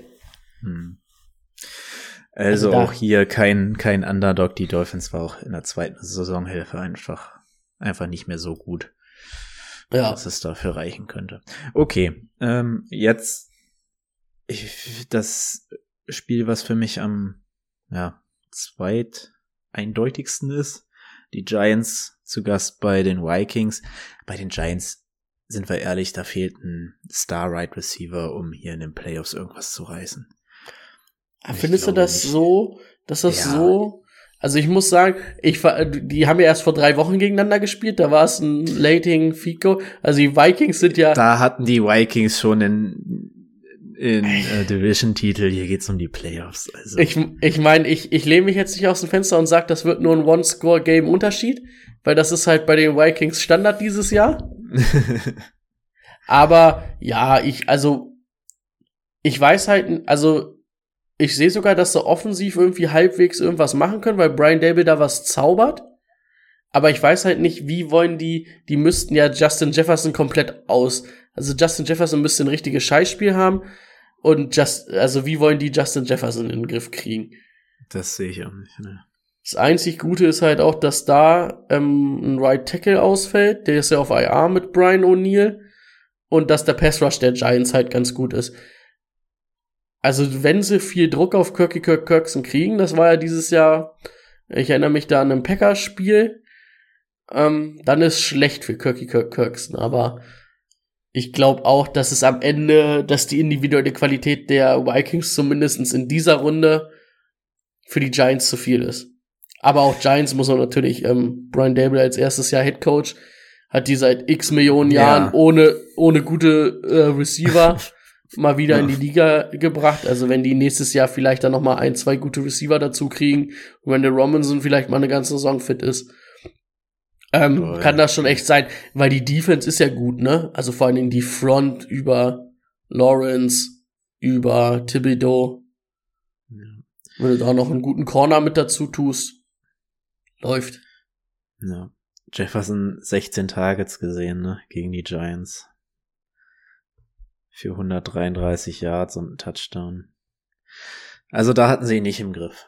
Also auch hier kein Underdog. Die Dolphins war auch in der zweiten Saisonhälfte einfach nicht mehr so gut, dass es dafür reichen könnte. Okay, jetzt das Spiel, was für mich am zweiteindeutigsten ist. Die Giants zu Gast bei den Vikings. Bei den Giants, sind wir ehrlich, da fehlt ein Star-Right Receiver, um hier in den Playoffs irgendwas zu reißen. Findest du das nicht so, dass das so, also ich muss sagen, die haben ja erst vor 3 Wochen gegeneinander gespielt, da war es ein Lating Fico, also die Vikings sind ja. Da hatten die Vikings schon in Division-Titel, hier geht's um die Playoffs. Also. Ich meine, ich lehne mich jetzt nicht aus dem Fenster und sage, das wird nur ein One-Score-Game-Unterschied, weil das ist halt bei den Vikings Standard dieses Jahr. Aber ja, ich weiß halt, also ich sehe sogar, dass sie offensiv irgendwie halbwegs irgendwas machen können, weil Brian Dable da was zaubert. Aber ich weiß halt nicht, wie wollen die müssten ja Justin Jefferson komplett Also Justin Jefferson müsste ein richtiges Scheißspiel haben. Und wie wollen die Justin Jefferson in den Griff kriegen? Das sehe ich auch nicht, ne. Das einzig Gute ist halt auch, dass da ein Right Tackle ausfällt. Der ist ja auf IR mit Brian O'Neill. Und dass der Pass Rush der Giants halt ganz gut ist. Also wenn sie viel Druck auf Kirkson kriegen, das war ja dieses Jahr, ich erinnere mich da an ein Packers-Spiel, dann ist schlecht für Kirkson. Aber ich glaube auch, dass es am Ende, dass die individuelle Qualität der Vikings zumindest in dieser Runde für die Giants zu viel ist. Aber auch Giants muss man natürlich, Brian Dable als erstes Jahr Head Coach, hat die seit x Millionen Jahren ohne gute Receiver mal wieder in die Liga gebracht. Also wenn die nächstes Jahr vielleicht dann noch mal 1, 2 gute Receiver dazu kriegen und wenn der Robinson vielleicht mal eine ganze Saison fit ist, kann das schon echt sein, weil die Defense ist ja gut, ne? Also vor allen Dingen die Front über Lawrence, über Thibodeau. Ja. Wenn du da noch einen guten Corner mit dazu tust. Läuft. Ja. Jefferson 16 Targets gesehen, ne, gegen die Giants. Für 133 Yards und einen Touchdown. Also da hatten sie ihn nicht im Griff.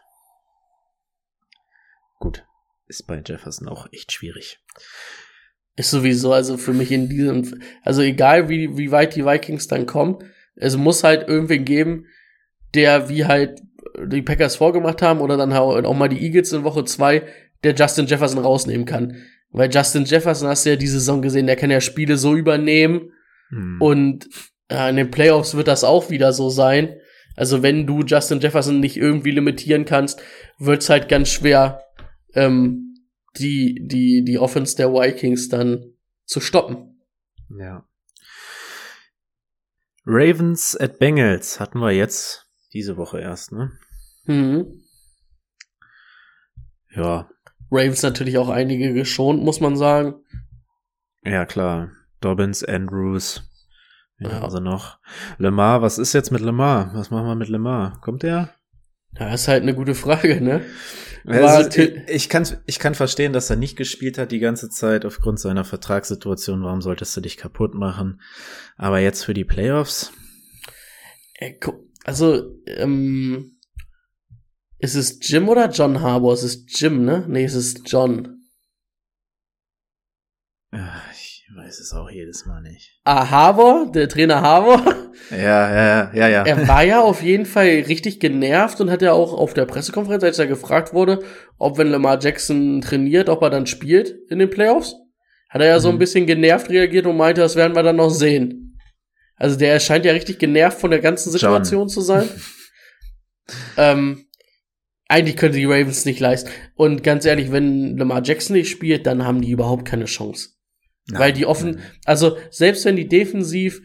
Gut, ist bei Jefferson auch echt schwierig. Ist sowieso, also für mich in diesem, also egal wie weit die Vikings dann kommen, es muss halt irgendwen geben, der wie halt die Packers vorgemacht haben oder dann auch mal die Eagles in Woche 2, der Justin Jefferson rausnehmen kann. Weil Justin Jefferson, hast du ja die Saison gesehen, der kann ja Spiele so übernehmen und in den Playoffs wird das auch wieder so sein. Also wenn du Justin Jefferson nicht irgendwie limitieren kannst, wird's halt ganz schwer, die Offense der Vikings dann zu stoppen. Ja. Ravens at Bengals hatten wir jetzt diese Woche erst, ne? Mhm. Ja. Ravens natürlich auch einige geschont, muss man sagen. Ja, klar. Dobbins, Andrews. Ja, Ja. also noch. Lamar, was ist jetzt mit Lamar? Was machen wir mit Lamar? Kommt der? Ja, ist halt eine gute Frage, ne? Also, ich kann verstehen, dass er nicht gespielt hat die ganze Zeit aufgrund seiner Vertragssituation. Warum solltest du dich kaputt machen? Aber jetzt für die Playoffs? Also, ist es Jim oder John Harbaugh? Es ist Jim, ne? Nee, es ist John. Ich weiß es auch jedes Mal nicht. Harbaugh? Der Trainer Harbaugh? Ja. Er war ja auf jeden Fall richtig genervt und hat ja auch auf der Pressekonferenz, als er gefragt wurde, ob wenn Lamar Jackson trainiert, ob er dann spielt in den Playoffs, hat er ja so ein bisschen genervt reagiert und meinte, das werden wir dann noch sehen. Also der scheint ja richtig genervt von der ganzen Situation zu sein. Eigentlich könnte die Ravens nicht leisten. Und ganz ehrlich, wenn Lamar Jackson nicht spielt, dann haben die überhaupt keine Chance. Nein, Weil die also selbst wenn die defensiv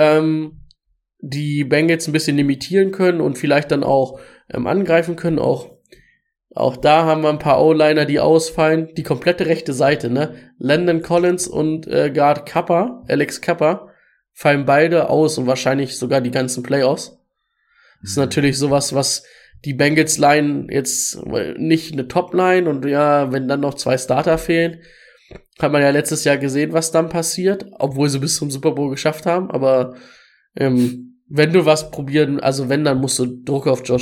die Bengals ein bisschen limitieren können und vielleicht dann auch angreifen können, auch da haben wir ein paar O-Liner, die ausfallen. Die komplette rechte Seite, ne? Landon Collins und Guard Alex Kappa, fallen beide aus und wahrscheinlich sogar die ganzen Playoffs. Das ist natürlich sowas, was die Bengals-Line jetzt nicht eine Top-Line und ja, wenn dann noch 2 Starter fehlen, hat man ja letztes Jahr gesehen, was dann passiert, obwohl sie bis zum Super Bowl geschafft haben, aber wenn du was probieren, also wenn, dann musst du Druck auf Joe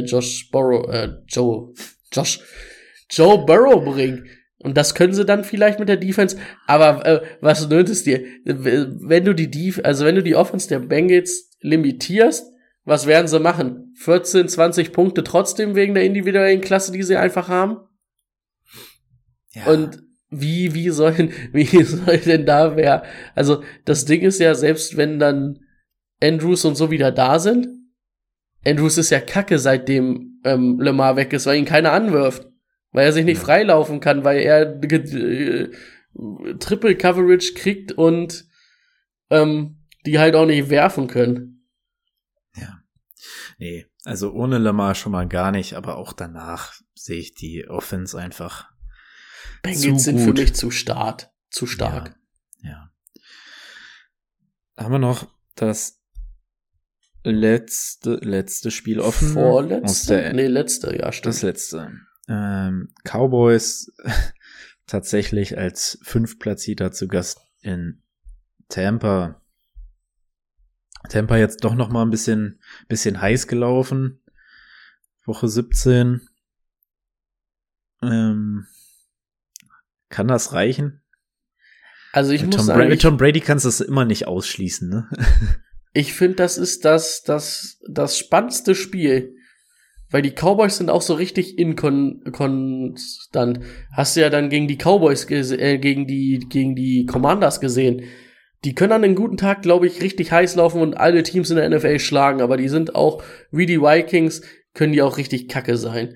Burrow bringen. Und das können sie dann vielleicht mit der Defense, aber was nötigt es dir? Wenn du die Offense der Bengals limitierst, was werden sie machen? 14, 20 Punkte trotzdem wegen der individuellen Klasse, die sie einfach haben? Ja. Und wie soll denn da wer? Also das Ding ist ja, selbst wenn dann Andrews und so wieder da sind, Andrews ist ja kacke, seitdem Lamar weg ist, weil ihn keiner anwirft. Weil er sich nicht freilaufen kann, weil er Triple Coverage kriegt und die halt auch nicht werfen können. Ja. Nee, also ohne Lamar schon mal gar nicht, aber auch danach sehe ich die Offense einfach Bengals sind für mich zu stark. Ja. Haben wir noch das letzte Spiel offen? Vorletzte? Letzte, ja, stimmt. Das letzte. Cowboys tatsächlich als 5-Platzierter zu Gast in Tampa. Tampa jetzt doch noch mal ein bisschen heiß gelaufen. Woche 17. Kann das reichen? Also ich muss sagen, mit Tom Brady kannst du das immer nicht ausschließen, ne? Ich finde, das ist das spannendste Spiel. Weil die Cowboys sind auch so richtig inkonstant. Hast du ja dann gegen die Cowboys, gegen die Commanders gesehen. Die können an einem guten Tag, glaube ich, richtig heiß laufen und alle Teams in der NFL schlagen. Aber die sind auch, wie die Vikings, können die auch richtig kacke sein.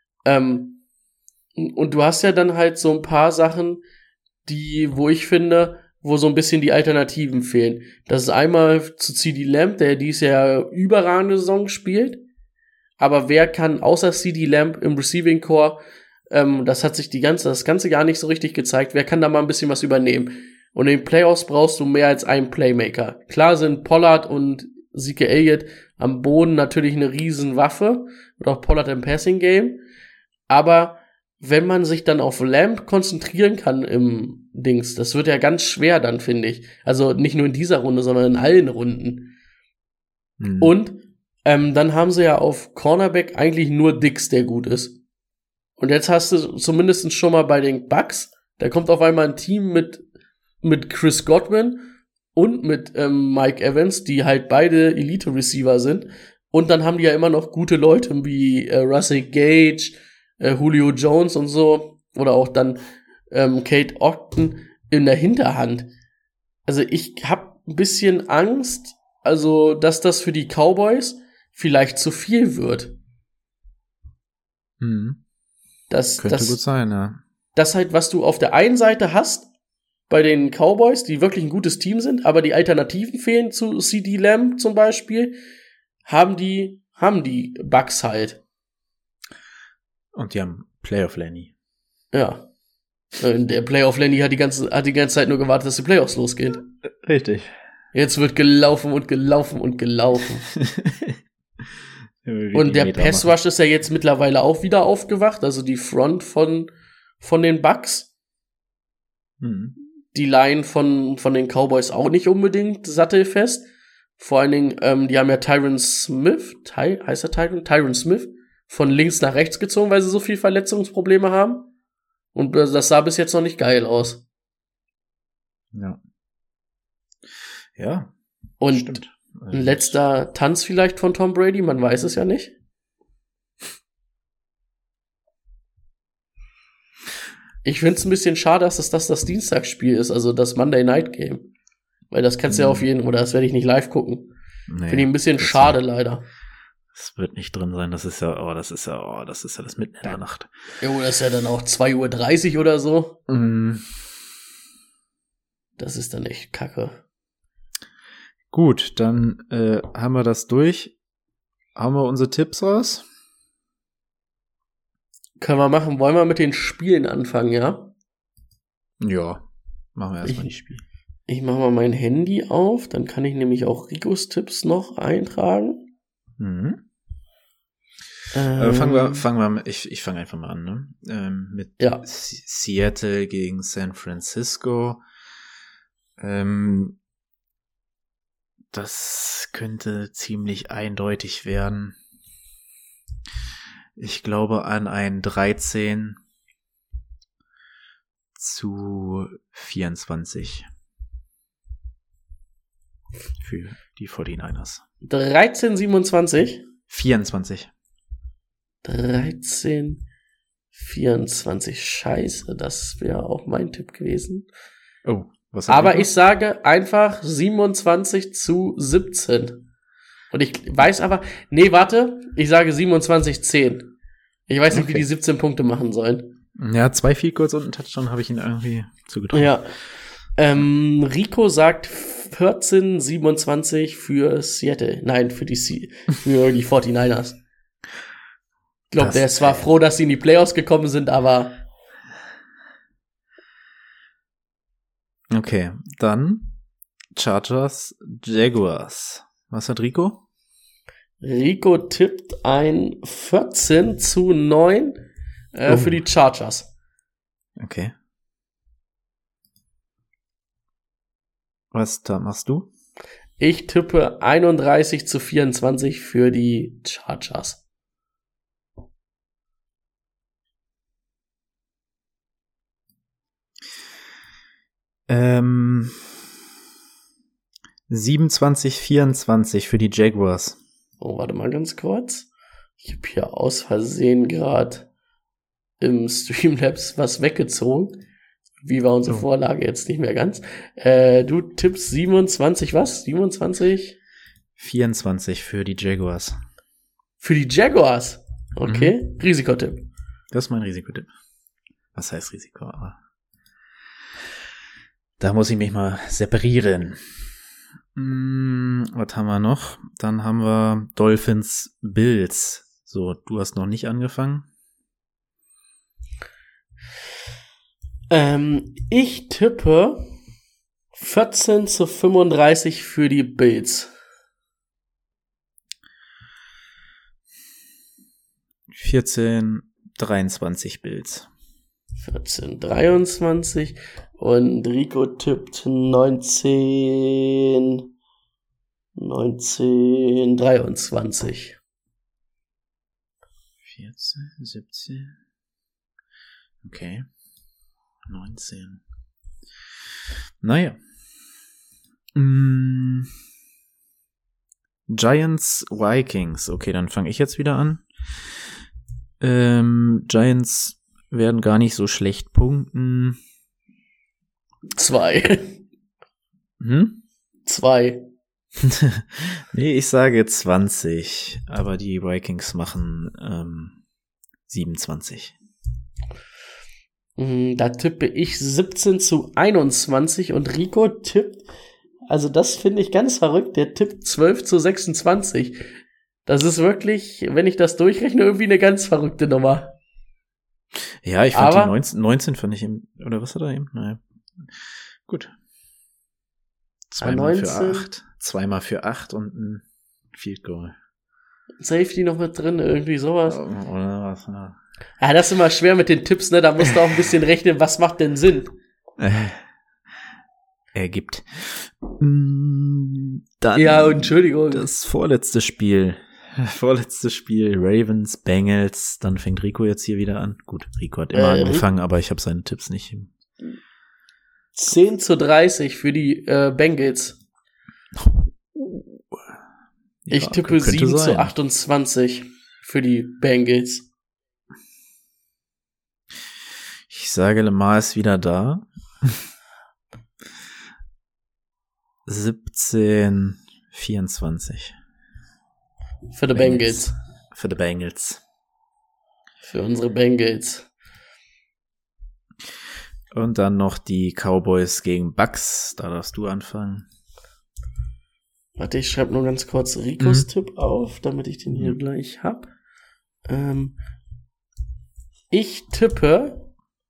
Und du hast ja dann halt so ein paar Sachen, wo ich finde, wo so ein bisschen die Alternativen fehlen. Das ist einmal zu CD Lamb, der dieses Jahr überragende Saison spielt. Aber wer kann außer CD Lamb im Receiving Core, das hat sich das ganze Jahr nicht so richtig gezeigt, wer kann da mal ein bisschen was übernehmen? Und in den Playoffs brauchst du mehr als einen Playmaker. Klar sind Pollard und Zeke Elliott am Boden natürlich eine riesen Waffe und auch Pollard im Passing Game. Aber wenn man sich dann auf Lamb konzentrieren kann im Dings. Das wird ja ganz schwer dann, finde ich. Also nicht nur in dieser Runde, sondern in allen Runden. Und dann haben sie ja auf Cornerback eigentlich nur Dix, der gut ist. Und jetzt hast du zumindest schon mal bei den Bucks, da kommt auf einmal ein Team mit Chris Godwin und mit Mike Evans, die halt beide Elite-Receiver sind. Und dann haben die ja immer noch gute Leute wie Russell Gage, Julio Jones und so. Oder auch dann Kate Ogden in der Hinterhand. Also ich habe ein bisschen Angst, also dass das für die Cowboys vielleicht zu viel wird. Könnte gut sein, ja. Das halt, was du auf der einen Seite hast, bei den Cowboys, die wirklich ein gutes Team sind, aber die Alternativen fehlen zu CD Lamb zum Beispiel, haben die Bucks halt. Und die haben Playoff Lenny. Ja. Der Playoff Lenny hat die ganze Zeit nur gewartet, dass die Playoffs losgehen. Richtig. Jetzt wird gelaufen und gelaufen und gelaufen. Und der Pass Rush ist ja jetzt mittlerweile auch wieder aufgewacht, also die Front von den Bucks. Die Line von den Cowboys auch nicht unbedingt sattelfest. Vor allen Dingen, die haben ja Tyron Smith, heißt er Tyron? Tyron Smith, von links nach rechts gezogen, weil sie so viel Verletzungsprobleme haben. Und das sah bis jetzt noch nicht geil aus. Ja. Ja. Und stimmt. Ein letzter Tanz vielleicht von Tom Brady, man weiß es ja nicht. Ich finde es ein bisschen schade, dass das Dienstagsspiel ist, also das Monday Night Game. Weil das kannst du ja auf jeden, oder das werde ich nicht live gucken. Nee, finde ich ein bisschen schade, leider. Das wird nicht drin sein, das ist ja das mitten in der Nacht. Jo, das ist ja dann auch 2:30 Uhr oder so. Das ist dann echt kacke. Gut, dann haben wir das durch. Haben wir unsere Tipps raus? Können wir machen. Wollen wir mit den Spielen anfangen, ja? Ja, machen wir erstmal die Spiele. Ich mache mal mein Handy auf, dann kann ich nämlich auch Ricos Tipps noch eintragen. Ich fange einfach mal an, ne? Mit Seattle gegen San Francisco. Das könnte ziemlich eindeutig werden. Ich glaube an ein 13-24 für die 49ers. 13-27? 24. 13-24. Scheiße, das wäre auch mein Tipp gewesen. Oh, was aber ich sage einfach 27-17. Und ich weiß aber, nee, warte, ich sage 27-10. Ich weiß nicht, wie die 17 Punkte machen sollen. Ja, 2 Field Goals und einen Touchdown habe ich ihnen irgendwie zugetraut. Ja. Rico sagt 14-27 für Seattle. Nein, für die 49ers. Ich glaube, der ist zwar froh, dass sie in die Playoffs gekommen sind, aber okay, dann Chargers, Jaguars. Was hat Rico? Rico tippt ein 14-9 für die Chargers. Okay. Was da machst du? Ich tippe 31-24 für die Chargers. Ähm, 27-24 für die Jaguars. Oh, warte mal ganz kurz. Ich habe hier aus Versehen gerade im Streamlabs was weggezogen. Wie war unsere Vorlage jetzt nicht mehr ganz? Du tippst 27, was? 27? 24 für die Jaguars. Für die Jaguars? Okay. Risikotipp. Das ist mein Risikotipp. Was heißt Risiko? Aber da muss ich mich mal separieren. Was haben wir noch? Dann haben wir Dolphins Bills. So, du hast noch nicht angefangen. Ich tippe 14-35 für die Bills. 14-10 23 Bills. 14-23 und Rico tippt 19-23. 14, 17. Okay. 19. Naja. Giants, Vikings. Okay, dann fange ich jetzt wieder an. Giants werden gar nicht so schlecht punkten. 2. 2. Nee, ich sage 20, aber die Vikings machen 27. Da tippe ich 17-21 und Rico tippt, also das finde ich ganz verrückt, der tippt 12-26. Das ist wirklich, wenn ich das durchrechne, irgendwie eine ganz verrückte Nummer. Ja, ich fand die 19 fand ich eben, oder was hat er eben? Naja. Gut. Zweimal für 8 und ein Field Goal. Safety noch mit drin, irgendwie sowas. Oder was? Ja. Ja, das ist immer schwer mit den Tipps, ne? Da musst du auch ein bisschen rechnen, was macht denn Sinn? Ergibt. Dann ja, Entschuldigung. Das vorletzte Spiel, Ravens, Bengals, dann fängt Rico jetzt hier wieder an. Gut, Rico hat immer angefangen, aber ich habe seine Tipps nicht. 10-30 für die Bengals. Ich tippe 7-28 für die Bengals. Ich sage, Lamar ist wieder da. 17-24. Für die Bengals. Für die Bengals. Für unsere Bengals. Und dann noch die Cowboys gegen Bucks. Da darfst du anfangen. Warte, ich schreibe nur ganz kurz Ricos Tipp auf, damit ich den hier gleich hab. Ich tippe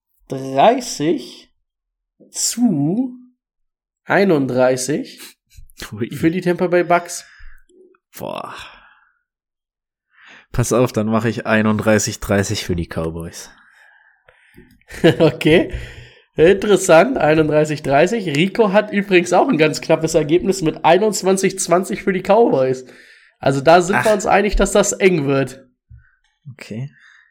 30-31 für die Tampa Bay Bucks. Boah. Pass auf, dann mache ich 31-30 für die Cowboys. Okay. Interessant, 31-30. Rico hat übrigens auch ein ganz knappes Ergebnis mit 21-20 für die Cowboys. Also da sind wir uns einig, dass das eng wird. Okay.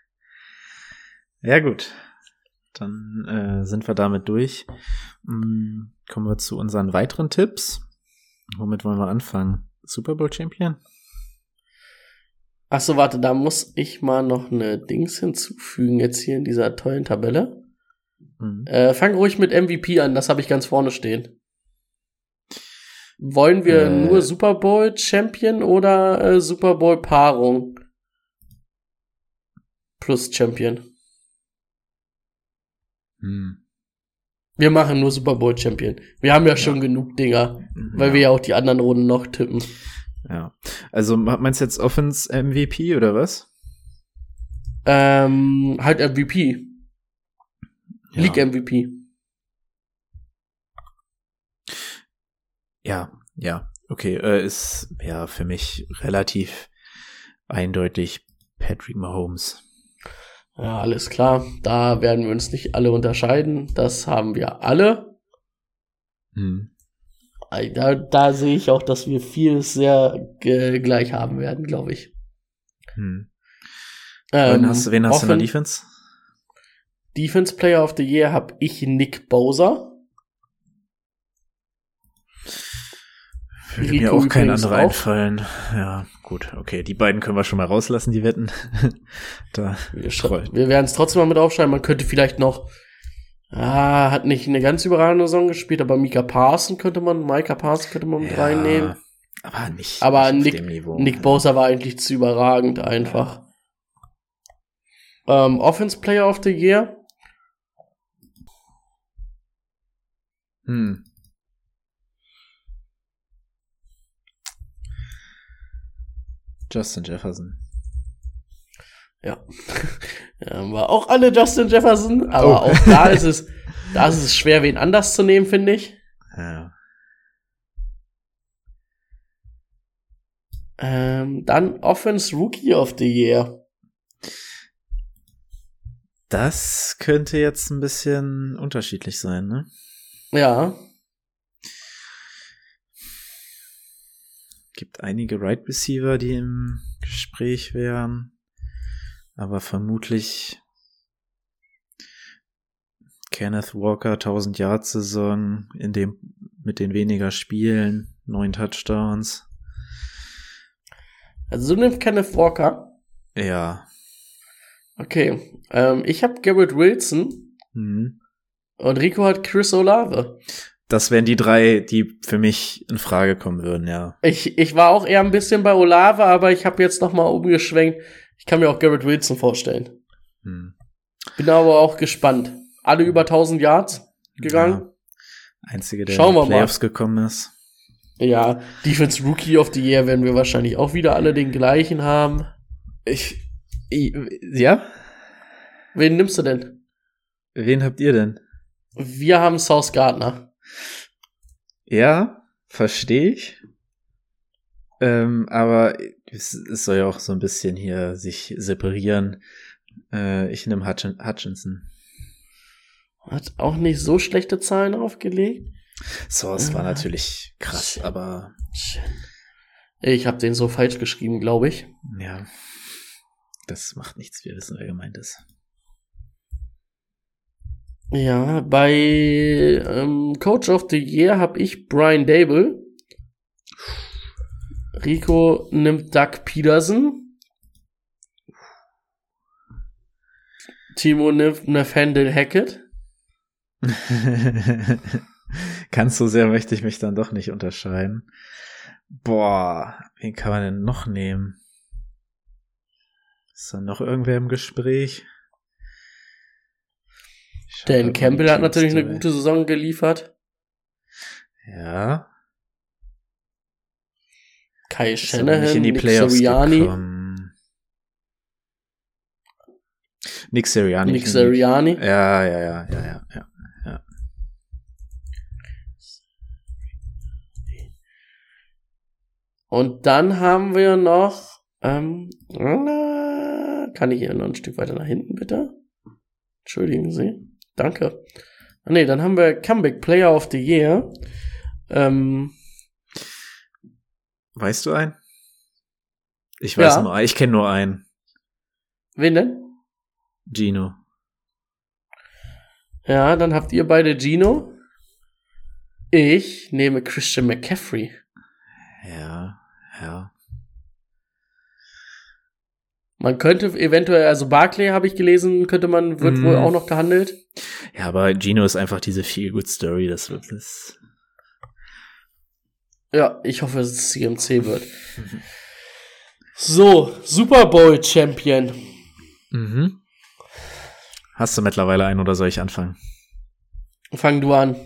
Ja gut. Dann sind wir damit durch. Kommen wir zu unseren weiteren Tipps. Womit wollen wir anfangen? Super Bowl Champion? Achso, warte, da muss ich mal noch eine Dings hinzufügen jetzt hier in dieser tollen Tabelle. Fang ruhig mit MVP an, das habe ich ganz vorne stehen. Wollen wir nur Super Bowl Champion oder Super Bowl Paarung plus Champion? Wir machen nur Super Bowl Champion. Wir haben ja schon genug Dinger, weil wir ja auch die anderen Runden noch tippen. Ja, also meinst du jetzt Offense MVP oder was? Halt MVP. Ja. League MVP. Ja, okay, ist ja für mich relativ eindeutig Patrick Mahomes. Ja, alles klar. Da werden wir uns nicht alle unterscheiden. Das haben wir alle. Da sehe ich auch, dass wir vieles sehr gleich haben werden, glaube ich. Wen hast du in der Defense? Defense Player of the Year habe ich Nick Bosa. Würde mir auch kein anderer einfallen. Ja, gut, okay. Die beiden können wir schon mal rauslassen, die Wetten. Wir werden es trotzdem mal mit aufschreiben. Man könnte vielleicht noch hat nicht eine ganz überragende Saison gespielt, aber Micah Parsons könnte man mit reinnehmen. Aber nicht auf dem Niveau. Nick Bosa war eigentlich zu überragend einfach. Offense Player of the Year. Justin Jefferson. Ja. War auch alle Justin Jefferson, aber auch da ist es schwer, wen anders zu nehmen, finde ich. Ja. Dann Offense Rookie of the Year. Das könnte jetzt ein bisschen unterschiedlich sein, ne? Ja. Gibt einige Right Receiver, die im Gespräch wären, aber vermutlich Kenneth Walker 1000 Yards Saison mit den weniger Spielen, 9 Touchdowns. Also du nimmst Kenneth Walker. Ja. Okay. Ich habe Garrett Wilson und Rico hat Chris Olave. Das wären die 3, die für mich in Frage kommen würden, ja. Ich war auch eher ein bisschen bei Olave, aber ich habe jetzt nochmal umgeschwenkt. Ich kann mir auch Garrett Wilson vorstellen. Bin aber auch gespannt. Alle über 1000 Yards gegangen. Ja. Einzige, der Schauen in wir die Playoffs gekommen ist. Ja, Defense Rookie of the Year werden wir wahrscheinlich auch wieder alle den gleichen haben. Ja? Wen nimmst du denn? Wen habt ihr denn? Wir haben Sauce Gardner. Ja, verstehe ich. Aber es soll ja auch so ein bisschen hier sich separieren. Ich nehme Hutchinson. Hat auch nicht so schlechte Zahlen aufgelegt. Sauce war natürlich krass, aber ich habe den so falsch geschrieben, glaube ich. ja, das macht nichts. Wir wissen, wer gemeint ist. Ja, bei Coach of the Year habe ich Brian Dable. Rico nimmt Doug Peterson. Timo nimmt Nathaniel Hackett. Ganz so sehr möchte ich mich dann doch nicht unterscheiden. Boah, wen kann man denn noch nehmen? Ist da noch irgendwer im Gespräch? Dan Campbell hat natürlich eine gute Saison geliefert. Ja. Kai Ist aber nicht Shanahan, in die Nick Playoffs Sirianni. gekommen. Nick Sirianni. Nick Sirianni. Ja. Und dann haben wir noch, kann ich hier noch ein Stück weiter nach hinten, bitte? Entschuldigen Sie. Danke. Dann haben wir Comeback Player of the Year. Weißt du einen? Ich weiß Ja. nur einen. Ich kenne nur einen. Wen denn? Gino. Ja, dann habt ihr beide Gino. Ich nehme Christian McCaffrey. Ja. Man könnte eventuell, also Barkley habe ich gelesen, wird wohl auch noch gehandelt. Ja, aber Gino ist einfach diese Feel-Good-Story. Das wird das. Ja, ich hoffe, dass es CMC wird. So, Super Bowl Champion. Hast du mittlerweile einen oder soll ich anfangen? Fang du an.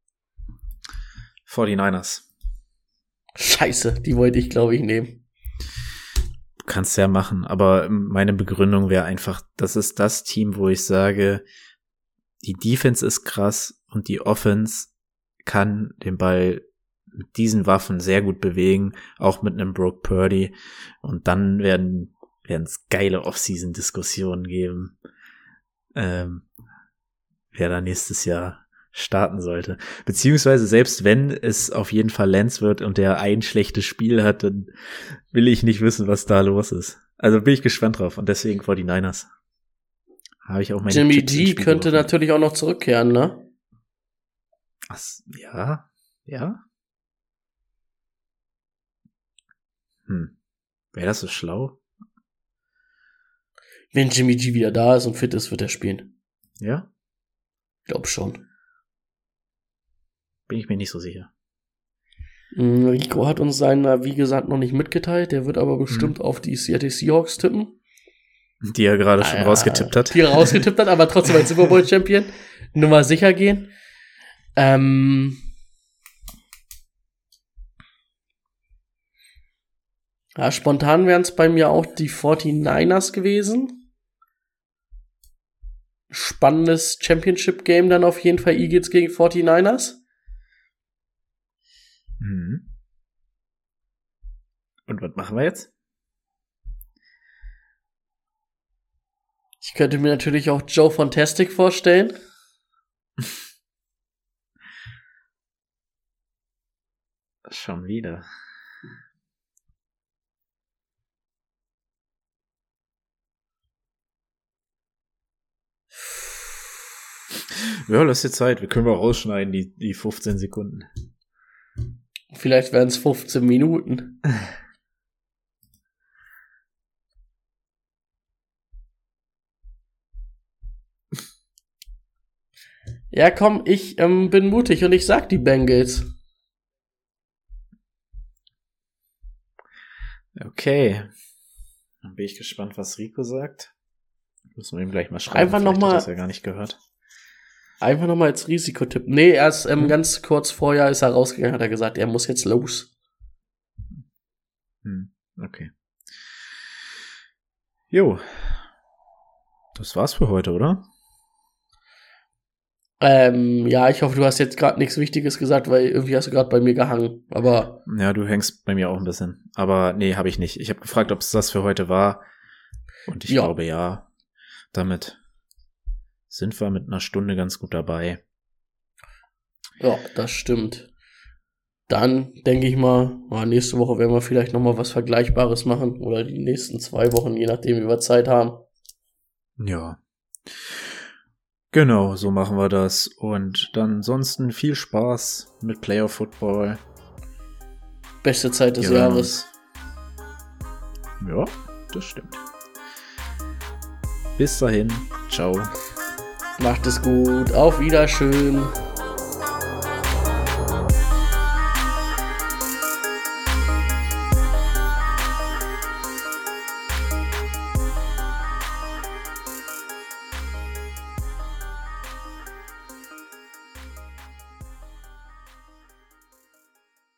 49ers. Scheiße, die wollte ich, glaube ich, nehmen. Kannst ja machen, aber meine Begründung wäre einfach, das ist das Team, wo ich sage, die Defense ist krass und die Offense kann den Ball mit diesen Waffen sehr gut bewegen, auch mit einem Brock Purdy, und dann werden es geile Off-Season-Diskussionen geben, wer da nächstes Jahr starten sollte. Beziehungsweise selbst wenn es auf jeden Fall Lance wird und der ein schlechtes Spiel hat, dann will ich nicht wissen, was da los ist. Also bin ich gespannt drauf und deswegen 49ers. Habe ich auch meine Jimmy Chips ins G Spiel könnte geworfen. natürlich auch noch zurückkehren, ne? Ja. Wäre das so schlau? Wenn Jimmy G wieder da ist und fit ist, wird er spielen. Ja? Glaub schon. Bin ich mir nicht so sicher. Rico hat uns seinen, wie gesagt, noch nicht mitgeteilt. Der wird aber bestimmt auf die Seattle Seahawks tippen. Die er gerade schon rausgetippt hat. Die er rausgetippt hat, aber trotzdem als Super Bowl Champion. Nur mal sicher gehen. Ja, spontan wären es bei mir auch die 49ers gewesen. Spannendes Championship-Game dann auf jeden Fall Eagles gegen 49ers. Und was machen wir jetzt? Ich könnte mir natürlich auch Joe Fantastic vorstellen. Schon wieder. Ja, lass dir Zeit. Wir können auch rausschneiden, die 15 Sekunden. Vielleicht wären es 15 Minuten. Ja, komm, ich bin mutig und ich sag die Bengals. Okay. Dann bin ich gespannt, was Rico sagt. Müssen wir ihm gleich mal schreiben. Einfach nochmal. Das ja gar nicht gehört. Einfach nochmal als Risikotipp. Nee, erst ganz kurz vorher ist er rausgegangen, hat er gesagt, er muss jetzt los. Okay. Jo. Das war's für heute, oder? Ja, ich hoffe, du hast jetzt gerade nichts Wichtiges gesagt, weil irgendwie hast du gerade bei mir gehangen. Aber ja, du hängst bei mir auch ein bisschen. Aber nee, habe ich nicht. Ich habe gefragt, ob es das für heute war. Und ich glaube, ja. Damit sind wir mit einer Stunde ganz gut dabei. Ja, das stimmt. Dann denke ich mal, nächste Woche werden wir vielleicht nochmal was Vergleichbares machen. Oder die nächsten 2 Wochen, je nachdem, wie wir Zeit haben. Ja. Genau, so machen wir das. Und dann ansonsten viel Spaß mit Playoff Football. Beste Zeit des Jahres. Ja, das stimmt. Bis dahin. Ciao. Macht es gut. Auf Wiedersehen.